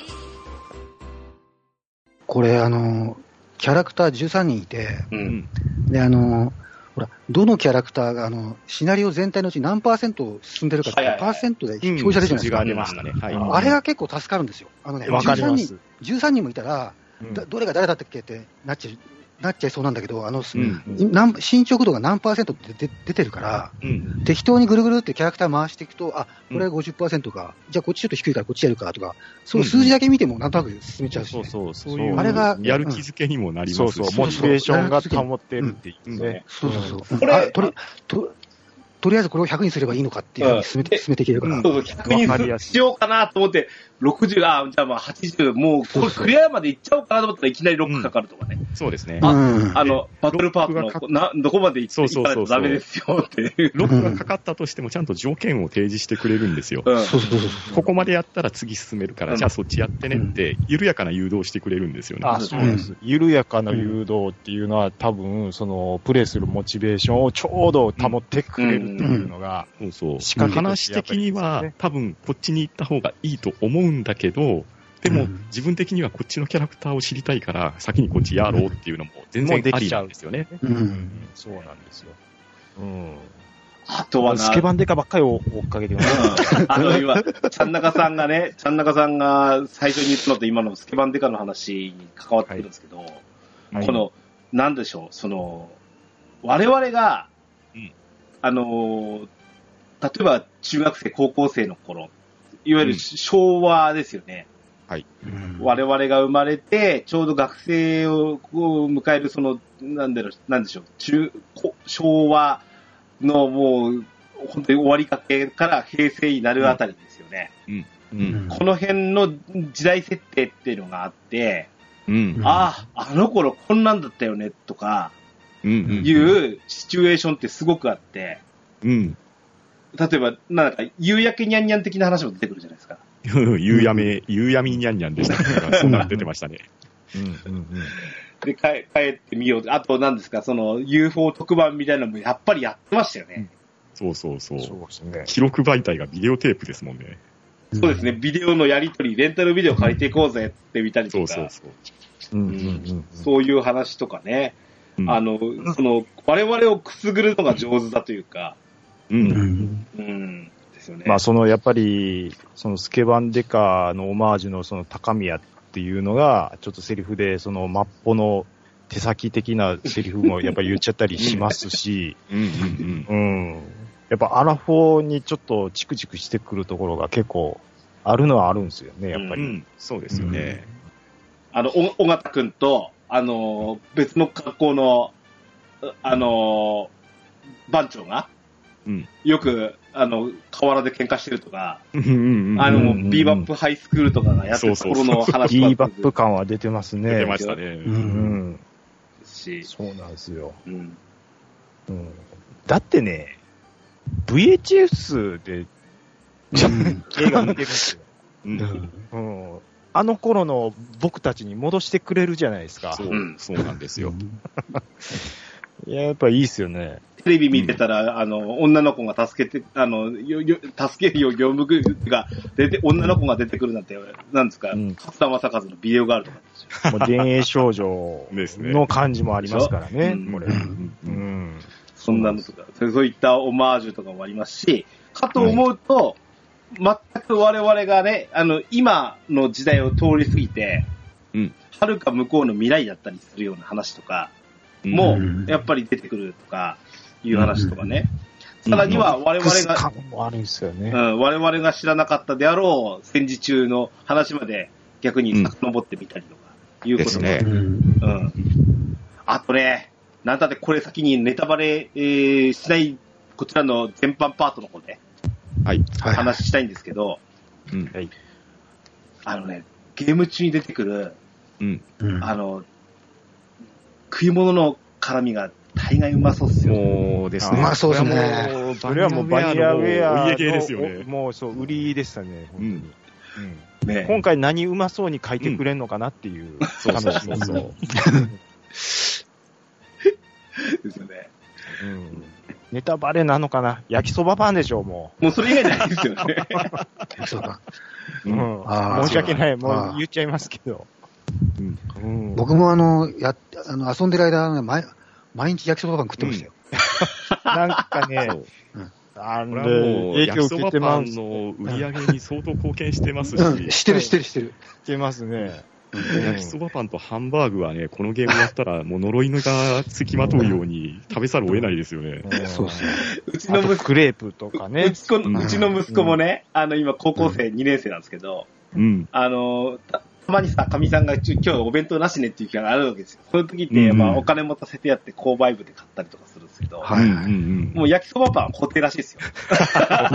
これ、あの、キャラクターじゅうさんにんいて、うん、で、あの、ほら、どのキャラクターが、あの、シナリオ全体のうち何パーセント進んでるかって、パーセントで表示されるじゃないですか。 がありましたね。はい。 あれが結構助かるんですよ。あのね、 わかります。 じゅうさんにんもいたら、うん、どれが誰だったっけってなっちゃう。なっちゃいそうなんだけど、あの、うんうん、進捗度が何パーセントって出出てるから、うん、適当にぐるぐるってキャラクター回していくと、あ、これは ごじゅっパーセント か、うん、じゃあこっちちょっと低いからこっちやるかとか、その数字だけ見てもなんとなく進めちゃうし、ね、 そうそう、そういう、あれが、やる気づけにもなりますし、 そうそう、モチベーションが保ってるっていうね。 そうそうそう。これ、とり、と、とりあえずこれをひゃくにすればいいのかっていうふうに進めて、進めていけるから。 そうそう、ひゃくにしようかなと思って、ろくじゅう、あ、じゃあまあはちじゅう、もう、これクリアまでいっちゃおうかなと思ったらいきなりロックかかるとかね。 うん、そうですね。 あ、うん、あの、バトルパートの、な、どこまで行っていかないとダメですよっていう。 ロックがかかったとしてもちゃんと条件を提示してくれるんですよ。うん、そうそうそう。ここまでやったら次進めるから、うん、じゃあそっちやってねって、緩やかな誘導してくれるんですよね。 あ、そうです。緩やかな誘導っていうのは多分、その、プレイするモチベーションをちょうど保ってくれるっていうのが、 そうそう。話的には、多分こっちに行った方がいいと思うんだけど、でも、うん、自分的にはこっちのキャラクターを知りたいから、先にこっちやろうっていうのも全然ありなんですよね。 うん、うん、そうなんですよ。うん。 あとはな、 スケバンデカばっかり追っかけてます。 うん、あの今、ちゃんなかさんがね、ちゃんなかさんが最初に言ったのと今のスケバンデカの話に関わってくるんですけど、はい、この、はい、なんでしょう、その、我々が、うん、あの、例えば中学生、高校生の頃、いわゆる昭和ですよね。 うん、はい。 我々が生まれて、ちょうど学生を迎える、その、なんだろう、なんでしょう、中、昭和のもう、本当に終わりかけから平成になるあたりですよね。うんうんうん、この辺の時代設定っていうのがあって、うん、ああ、あの頃こんなんだったよね、とか、いうシチュエーションってすごくあって、うん例えば、なんか、夕焼けにゃんにゃん的な話も出てくるじゃないですか。 夕やめ、夕闇にゃんにゃんでした。そんなの出てましたね。うんうんうん、で、帰ってみよう。あと、何ですか、その、ユーフォー 特番みたいなのもやっぱりやってましたよね。 そうそうそう。そうですね。記録媒体がビデオテープですもんね。 そうですね。ビデオのやり取り、レンタルビデオ借りていこうぜって見たりとか。そうそうそう。うんうんうんうん、そういう話とかね。うん、あの、その、我々をくすぐるのが上手だというか、 うん。 うん。ですよね。 まあ、その、やっぱり、そのスケバンデカのオマージュのその高宮っていうのが、ちょっとセリフで、そのマッポの手先的なセリフもやっぱり言っちゃったりしますし、うんうんうん。うん。やっぱアラフォーにちょっとチクチクしてくるところが結構あるのはあるんですよね、やっぱり。うん、 そうですよね。 うん、あの、尾形くんと、あの、別の格好の、あの、番長が、うん、よく、あの、河原で喧嘩してるとか、あの、ビーバップハイスクールとかがやってるところの話ビーバップ感は出てますね。 出てましたね。うん。うん、 しそうなんですよ、うんうん。だってね、ブイエイチエス で、映画見てるんですよ。うんうん、あの頃の僕たちに戻してくれるじゃないですか。 そう、うん、そうなんですよ。 いや、やっぱいいっすよね。 テレビ見てたら、うん、あの、女の子が助けて、あの、よよ助けるよ、業務が出て、女の子が出てくるなんて、なんですか、勝田正和のビデオがあるとかですよ。もう、幻影少女の感じもありますからね、 うん、 これ。 うん。うん。そんなのとか、そういったオマージュとかもありますし、かと思うと、はい、全く我々がね、あの、今の時代を通り過ぎて、うん。遥か向こうの未来だったりするような話とか、もう、やっぱり出てくるとか、いう話とかね。さらには我々が、 悪いですよね。 うん、我々が知らなかったであろう戦時中の話まで逆に遡ってみたりとか、いうことも、ね、うん。あとね、なんだってこれ先にネタバレ、えー、しないこちらの全般パートの方で、はい、話したいんですけど、うん、はい、あのね、ゲーム中に出てくる、うん、あの、食い物の絡みが大概うまそうっすよ。 そうですね。 うまそうですね。 それはもうバニラウェアの系ですよね。 もうそう、売りでしたね、本当に。うんうんね、今回何うまそうに書いてくれんのかなっていう、うん、そうそうそうそう。 ですよね。 うん。ネタバレなのかな、焼きそばパンでしょう、もう。もうそれ以外ないですよね。 焼きそば。 うん。申し訳ない。もう言っちゃいますけど。 うん、僕もあの、や、あの、遊んでる間、毎、毎日焼きそばパン食ってましたよ。 うん、なんかね、うん、 あの、影響を受けてます。焼きそばパンの売り上げに相当貢献してますし。 うん、してるしてるしてる。 してますね。 焼きそばパンとハンバーグはね、このゲームやったら、もう呪いがつきまとうように食べざるを得ないですよね。 そうですね。うちの息子、クレープとかね。 うちうちの息子もね、あの、今高校生にねん生なんですけど、うん。あの、たまにさ、かみさんが今日お弁当なしねっていう気があるわけですよ。そういう時って、まあ、お金持たせてやって購買部で買ったりとかするんですけど、はい、もう焼きそばパンは固定らしいですよ。だから、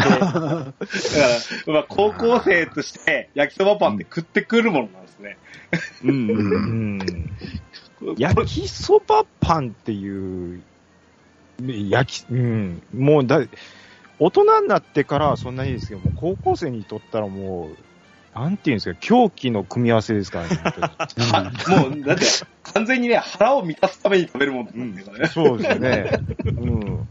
まあ、高校生として焼きそばパンって食ってくるものなんですね。うんうんうん、焼きそばパンっていう、焼き、うん、もうだ、大人になってからはそんなにいいですけど、もう高校生にとったらもう、なんていうんですか、狂気の組み合わせですからね。 もう、だって、完全にね、腹を満たすために食べるもんなんだからね。 そうですね。うん。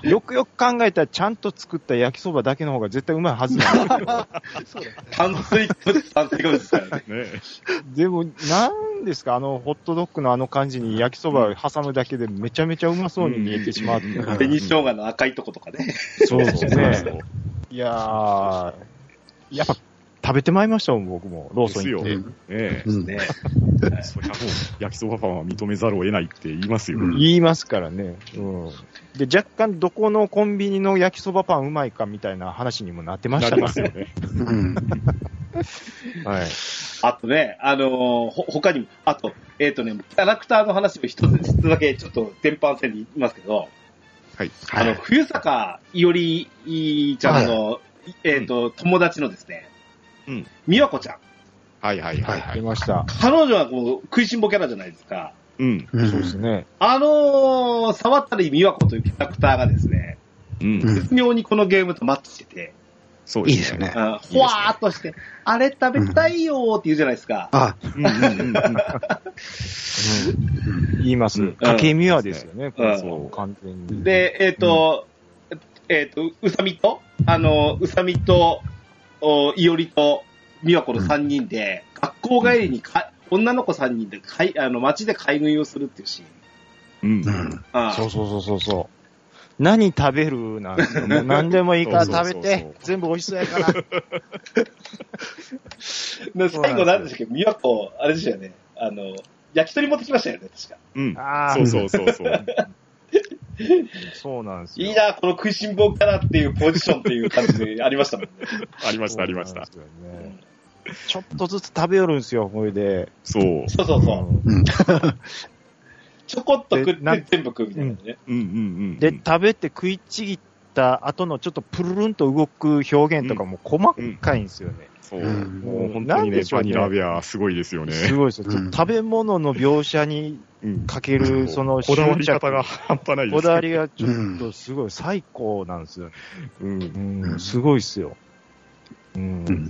よくよく考えたら、ちゃんと作った焼きそばだけの方が絶対うまいはずなんですよ。 炭水化物、炭水化物ですからね。 でも、なんですか、あの、ホットドッグのあの感じに焼きそばを挟むだけでめちゃめちゃうまそうに見えてしまう。 紅生姜の赤いとことかね。 そうですね。いやー、やっぱ、食べてまいりましたもん、僕も。ローソン行って。ですよ。 ええ。ねそりゃもう、焼きそばパンは認めざるを得ないって言いますよ。 言いますからね。うん。で、若干どこのコンビニの焼きそばパンうまいかみたいな話にもなってましたからね。なりますよね。うん。 はい。あとね、あのー、ほ、他にも、あと、えっ、ー、とね、キャラクターの話を一つだけちょっと全般戦で言いますけど、はい。あの、冬坂いおりちゃんの、はい、えっ、ー、と、友達のですね、うん。美和子ちゃん。 はいはいはい、はい。 出ました。 彼女はこう食いしん坊キャラじゃないですか。 うん。うん、そうですね。 あのー、沢渡美和子というキャラクターがですね、うん。絶妙にこのゲームとマッチしてて、 そうですね。 いいですよね。ほわーっとして、あれ食べたいよーって言うじゃないですか。あ、うんうんうんうん。 言います。かけみわですよね、これそう、完全に。 で、えっ、ー、と、うん、えっ、ー、と、うさみと、あの、うさみと、おいおりと美和子のさんにんで、うん、学校帰りにか、うん、女の子さんにんでかいあの街で買い食いをするっていうシーン。 うん。うん、ああそうそうそうそう。 何食べるなんて、もう何でもいいから食べて、そうそうそうそう全部美味しそうやから。 最後なんでしたっけ、美和子、あれでしたよね。あの、焼き鳥持ってきましたよね、確か。 うん。ああ。そうそうそうそう。 そうなんですよ。 いいな、この食いしん坊キャラっていうポジションっていう感じでありましたもんね。 ありました、ありました。 ちょっとずつ食べよるんですよ、これで。 そう。 そうそうそう。うん、ちょこっと食って全部食うみたいなね。 うんうんうん。で、食べて食いちぎった後のちょっとプルルンと動く表現とかも細かいんですよね。 そう。もう本当にね、バニラベアすごいですよね。 すごいですよ。食べ物の描写にかける、その、 こだわり方が半端ないです。 こだわりがちょっとすごい最高なんですよ。うん。すごいっすよ。うん。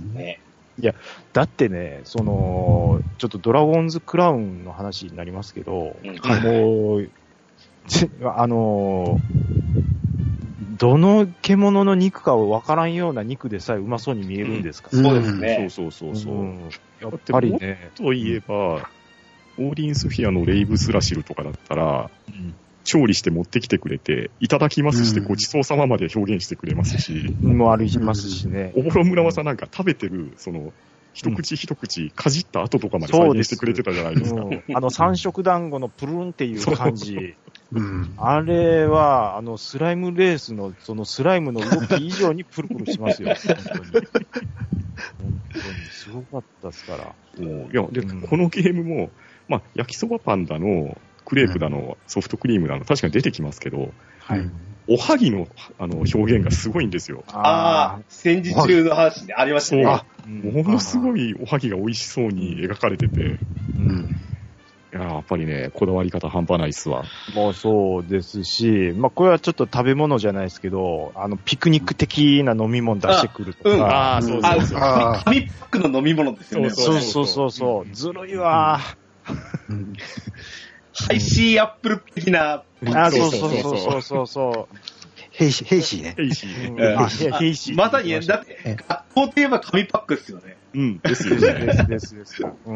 ね。いや、だってね、その、ちょっとドラゴンズクラウンの話になりますけど、もう、あの、どの獣の肉かわからんような肉でさえうまそうに見えるんですか、 うん、そうですね。 そうそうそうそう。うん、やっぱりね。もっと言えば、オーディンスフィアのレイブスラシルとかだったら、うん、調理して持ってきてくれて、いただきますしてごちそうさままで表現してくれますし。 うん、もありますしね。 おぼろ村正なんか食べてる、その、一口一口かじった後とかまで再現してくれてたじゃないですか。 うん、あの三色団子のプルンっていう感じ。うん、あれは、あの、スライムレースの、そのスライムの動き以上にプルプルしますよ。本当に。本当にすごかったですから。 いや、で、うん、このゲームも、まあ、焼きそばパンだの、クレープだの、うん、ソフトクリームだの、確かに出てきますけど、はい。おはぎの、あの、表現がすごいんですよ。 ああ、戦時中の話でありましたね。 あ、ものすごいおはぎが美味しそうに描かれてて、うん。いや、やっぱりね、こだわり方半端ないっすわ。 もうそうですし、まあ、これはちょっと食べ物じゃないですけど、あの、ピクニック的な飲み物出してくるとか。 うん、ああ、そうそうそう。紙パックの飲み物ですよね。 そうそうそうそう。ずるいわー。 ハイシーアップル的な。 あ、そうそうそうそうそうそう。 ヘイシー、ヘイシーね。 ヘイシー。 ヘイシー。 まさに、だって、学校といえば紙パックですよね。 うん。ですよね。 ですですです。うん。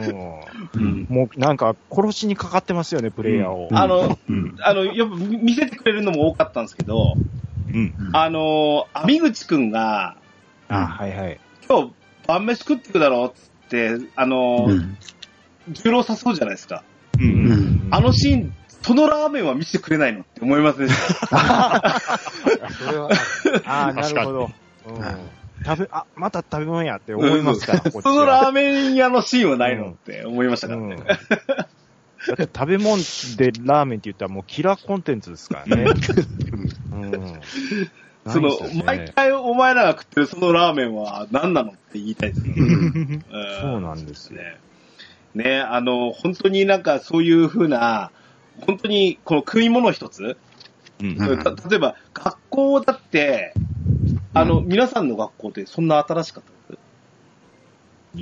もうなんか殺しにかかってますよね、プレイヤーを。 あの、あの、よく見せてくれるのも多かったんですけど、うん。あの、網口くんが、 あ、はいはい。 今日晩飯食ってくだろうって、あの、重労誘うじゃないですか。うん。あのシーン、そのラーメンは見せてくれないのって思いませんでした。 それは、ああ、なるほど。うん、食べ、あ、また食べ物やって思いますから、 うん、そのラーメン屋のシーンはないのって思いましたからね。うんうん、だって食べ物でラーメンって言ったらもうキラーコンテンツですからね。うん、 その、ね、毎回お前らが食ってるそのラーメンは何なのって言いたいですよね。うん、 そうなんですよ。 ね、ね、あの、本当になんかそういう風な、本当にこの食い物一つ、うん、た例えば学校だって、あの、うん、皆さんの学校ってそんな新しかったです？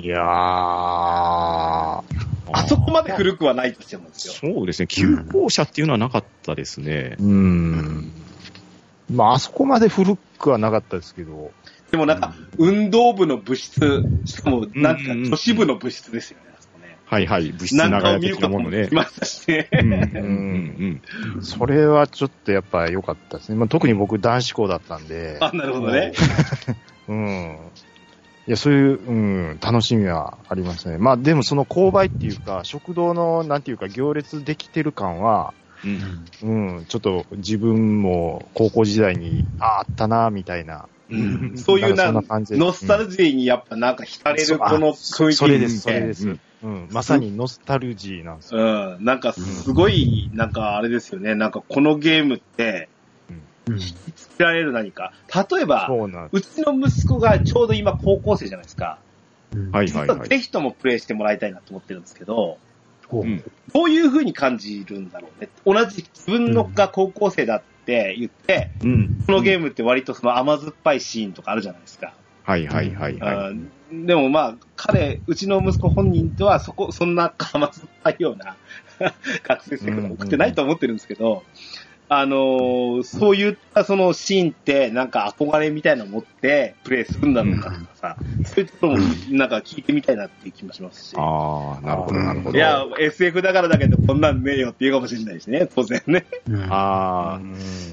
いやー。 あそこまで古くはないとしてもですよ。 そうですね。旧校舎っていうのはなかったですね。 うん。うんまあ、あそこまで古くはなかったですけど。 でもなんか、運動部の部室、しかもなんか女子部の部室ですよね。 はいはい、物質長屋的なものね。 いましたしね。 うんうんうん。それはちょっとやっぱ良かったですね。まあ、特に僕男子校だったんで。 あ、なるほどね。 うん。いや、そういう、うん、楽しみはありますね。まあでもその購買っていうか、食堂の、なんていうか、行列できてる感は、うん、うん、ちょっと自分も高校時代に、あ、あったな、みたいな。 うん、そういうな、ノスタルジーにやっぱなんか浸れるこの雰囲気、 それです、それです。うん、まさにノスタルジーなんですよ。 うん、なんかすごい、なんかあれですよね、なんかこのゲームって、うん、作られる何か。例えば、うちの息子がちょうど今高校生じゃないですか。 はいはいはい。 ぜひともプレイしてもらいたいなと思ってるんですけど、うん、どういう風に感じるんだろうね。同じ自分のが高校生だって言って、うん、このゲームって割とその甘酸っぱいシーンとかあるじゃないですか。 はいはいはい、はいうん。でもまあ、彼、うちの息子本人とはそこ、そんな甘酸っぱいような学生生活を送ってないと思ってるんですけど、あのー、そういったそのシーンってなんか憧れみたいなのを持ってプレイするんだろうかとかさ、うん、そういうところもなんか聞いてみたいなっていう気もしますし。 ああ、なるほどなるほど。 いや、エスエフ だからだけどこんなんねえよって言うかもしれないしね、当然ね。 うん、ああ、うん、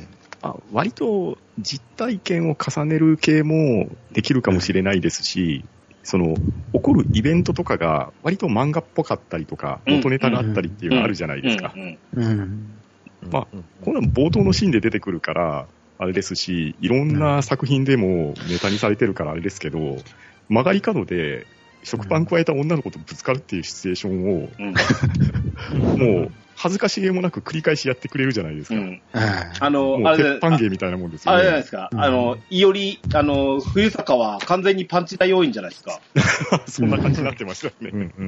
あ、割と実体験を重ねる系もできるかもしれないですし、その、起こるイベントとかが割と漫画っぽかったりとか、元ネタがあったりっていうのがあるじゃないですか。まあ、こんなの冒頭のシーンで出てくるから、あれですし、いろんな作品でもネタにされてるからあれですけど、曲がり角で食パン加えた女の子とぶつかるっていうシチュエーションを、もう、恥ずかしげもなく繰り返しやってくれるじゃないですか。うん、 あの、 もう鉄板芸みたいなもんですよね。 あれじゃないですか。あの、いより、あの、冬坂は完全にパンチが要因じゃないですか。 そんな感じになってましたね。うんうんうんうん。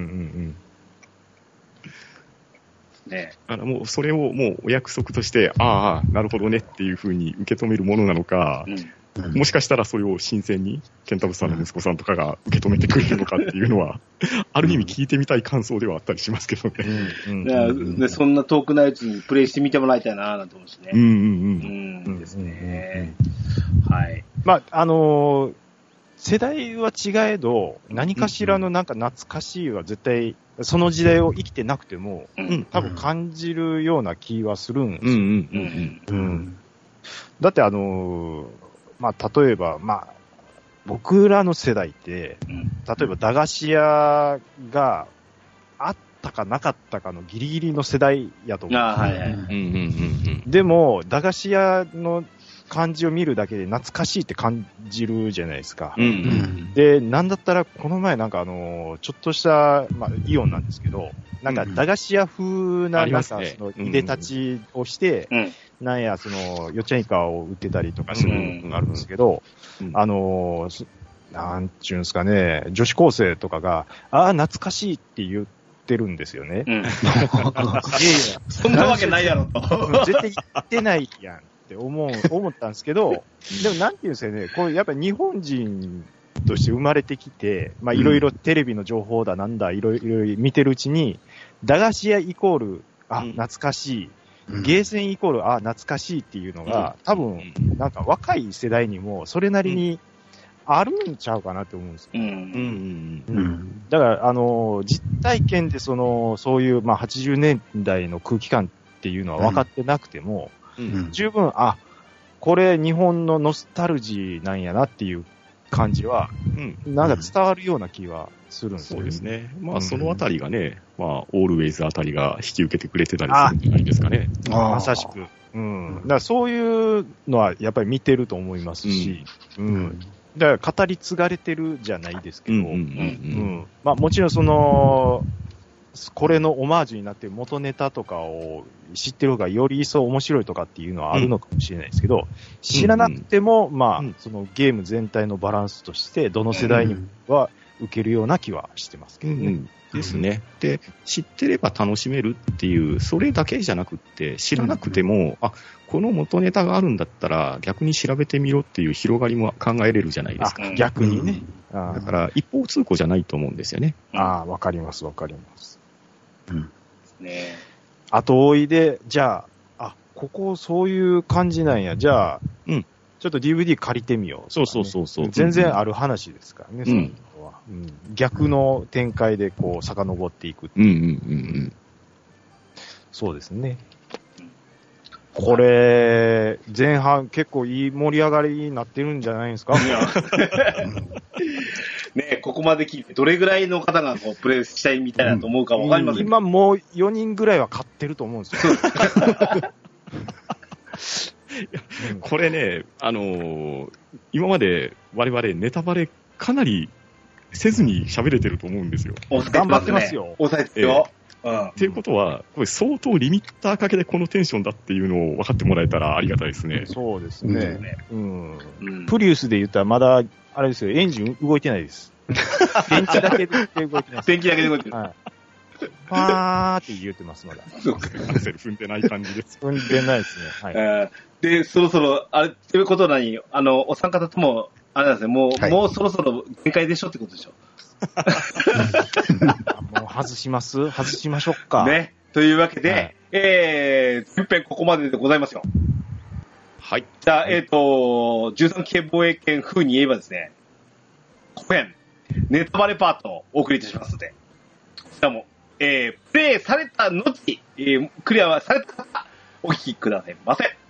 ね、 あのもうそれをもうお約束として、ああ、なるほどねっていうふうに受け止めるものなのか、うん、もしかしたらそれを新鮮に、ケンタブさんの息子さんとかが受け止めてくれるのかっていうのは、ある意味聞いてみたい感想ではあったりしますけどね。 うんうん、でそんな遠くないうちにプレイしてみてもらいたいななんて思うしね。 うんうんうん。 うんですね。はい。 まあ、あのー、世代は違えど、何かしらのなんか懐かしいは絶対、その時代を生きてなくても、うん、多分感じるような気はするんですよ。うんうんうんうん、だってあのー、まあ、例えば、まあ、僕らの世代って、うん、例えば駄菓子屋があったかなかったかのギリギリの世代やと思うんですよ。でも、駄菓子屋の漢字を見るだけで懐かしいって感じるじゃないですか。うんうん、で、なんだったらこの前なんかあの、ちょっとした、まあ、イオンなんですけど、なんか駄菓子屋風な、なんかその、いでたちをして、うんうん、なんや、その、よっちゃんイカを売ってたりとかするのがあるんですけど、うんうん、あの、なんちゅうんですかね、女子高生とかが、ああ、懐かしいって言ってるんですよね。うん、いやいやそんなわけないやろと。 絶対言ってないやん。って思う、思ったんですけど、でもなんていうんですかね、これやっぱり日本人として生まれてきて、まあいろいろテレビの情報だなんだ、いろいろ見てるうちに、駄菓子屋イコール、あ、懐かしい、うん、ゲーセンイコール、あ、懐かしいっていうのが、多分、なんか若い世代にもそれなりにあるんちゃうかなって思うんですよ。うんうんうん、だから、あの、実体験でその、そういう、まあはちじゅうねんだいの空気感っていうのは分かってなくても、うん、十分、あ、これ日本のノスタルジーなんやなっていう感じは、うん、なんか伝わるような気はするんですよね。 そうですね。まあ、そのあたりがね、まあ、オールウェイズあたりが引き受けてくれてたりするんじゃないですかね。 まさしく。うん。だからそういうのはやっぱり見てると思いますし、うん。うん、だから語り継がれてるじゃないですけど、うんうんうんうん、まあもちろんその、これのオマージュになっている元ネタとかを知ってる方がより一層面白いとかっていうのはあるのかもしれないですけど、うん、知らなくても、まあ、うん、そのゲーム全体のバランスとして、どの世代には受けるような気はしてますけどね。うんうんですね。で、知ってれば楽しめるっていう、それだけじゃなくって、知らなくても、うん、あ、この元ネタがあるんだったら、逆に調べてみろっていう広がりも考えれるじゃないですか。 逆にね。 うん、だから、一方通行じゃないと思うんですよね。 ああ、わかります、わかります。 うん。ね、 後追いで、じゃあ、あ、ここそういう感じなんや、じゃあ、うん、ちょっと ディーブイディー 借りてみよう、ね。 そうそうそうそう。 全然ある話ですからね、うん、そののは、うん。逆の展開でこう、遡っていくっていう。うんうんうんうん。そうですね。これ、前半結構いい盛り上がりになってるんじゃないですかね、ここまで聞いて、どれぐらいの方がこうプレイしたいみたいなと思うかわかりません、 うん、今もうよにんぐらいは買ってると思うんですよ。これね、あのー、今まで我々ネタバレかなりせずに喋れてると思うんですよ。 頑張ってますよ。 抑えてるよ。 うん、っていうことは、これ相当リミッターかけでこのテンションだっていうのを分かってもらえたらありがたいですね。 そうですね。うんうん、プリウスで言ったらまだ、あれですよ、エンジン動いてないです。電気だけで動いてないです。 電気だけで動いてる。はい。 パーって言ってます、まだ。 そうか。アクセル踏んでない感じです。 踏んでないですね。はい。 えー、で、そろそろ、あれ、ということなに、あの、お三方とも、あれなんですね、もう、はい、もうそろそろ限界でしょってことでしょ。 もう外します外しましょうか。 ね。というわけで、はい、えー、前編ここまででございますよ。 はい。 じゃあ、えっ、ー、と、じゅうさん系防衛権風に言えばですね、後編、ネタバレパートをお送りいたしますので、こちらも、えー、プレイされた後、えー、クリアはされた方、お聞きくださいませ。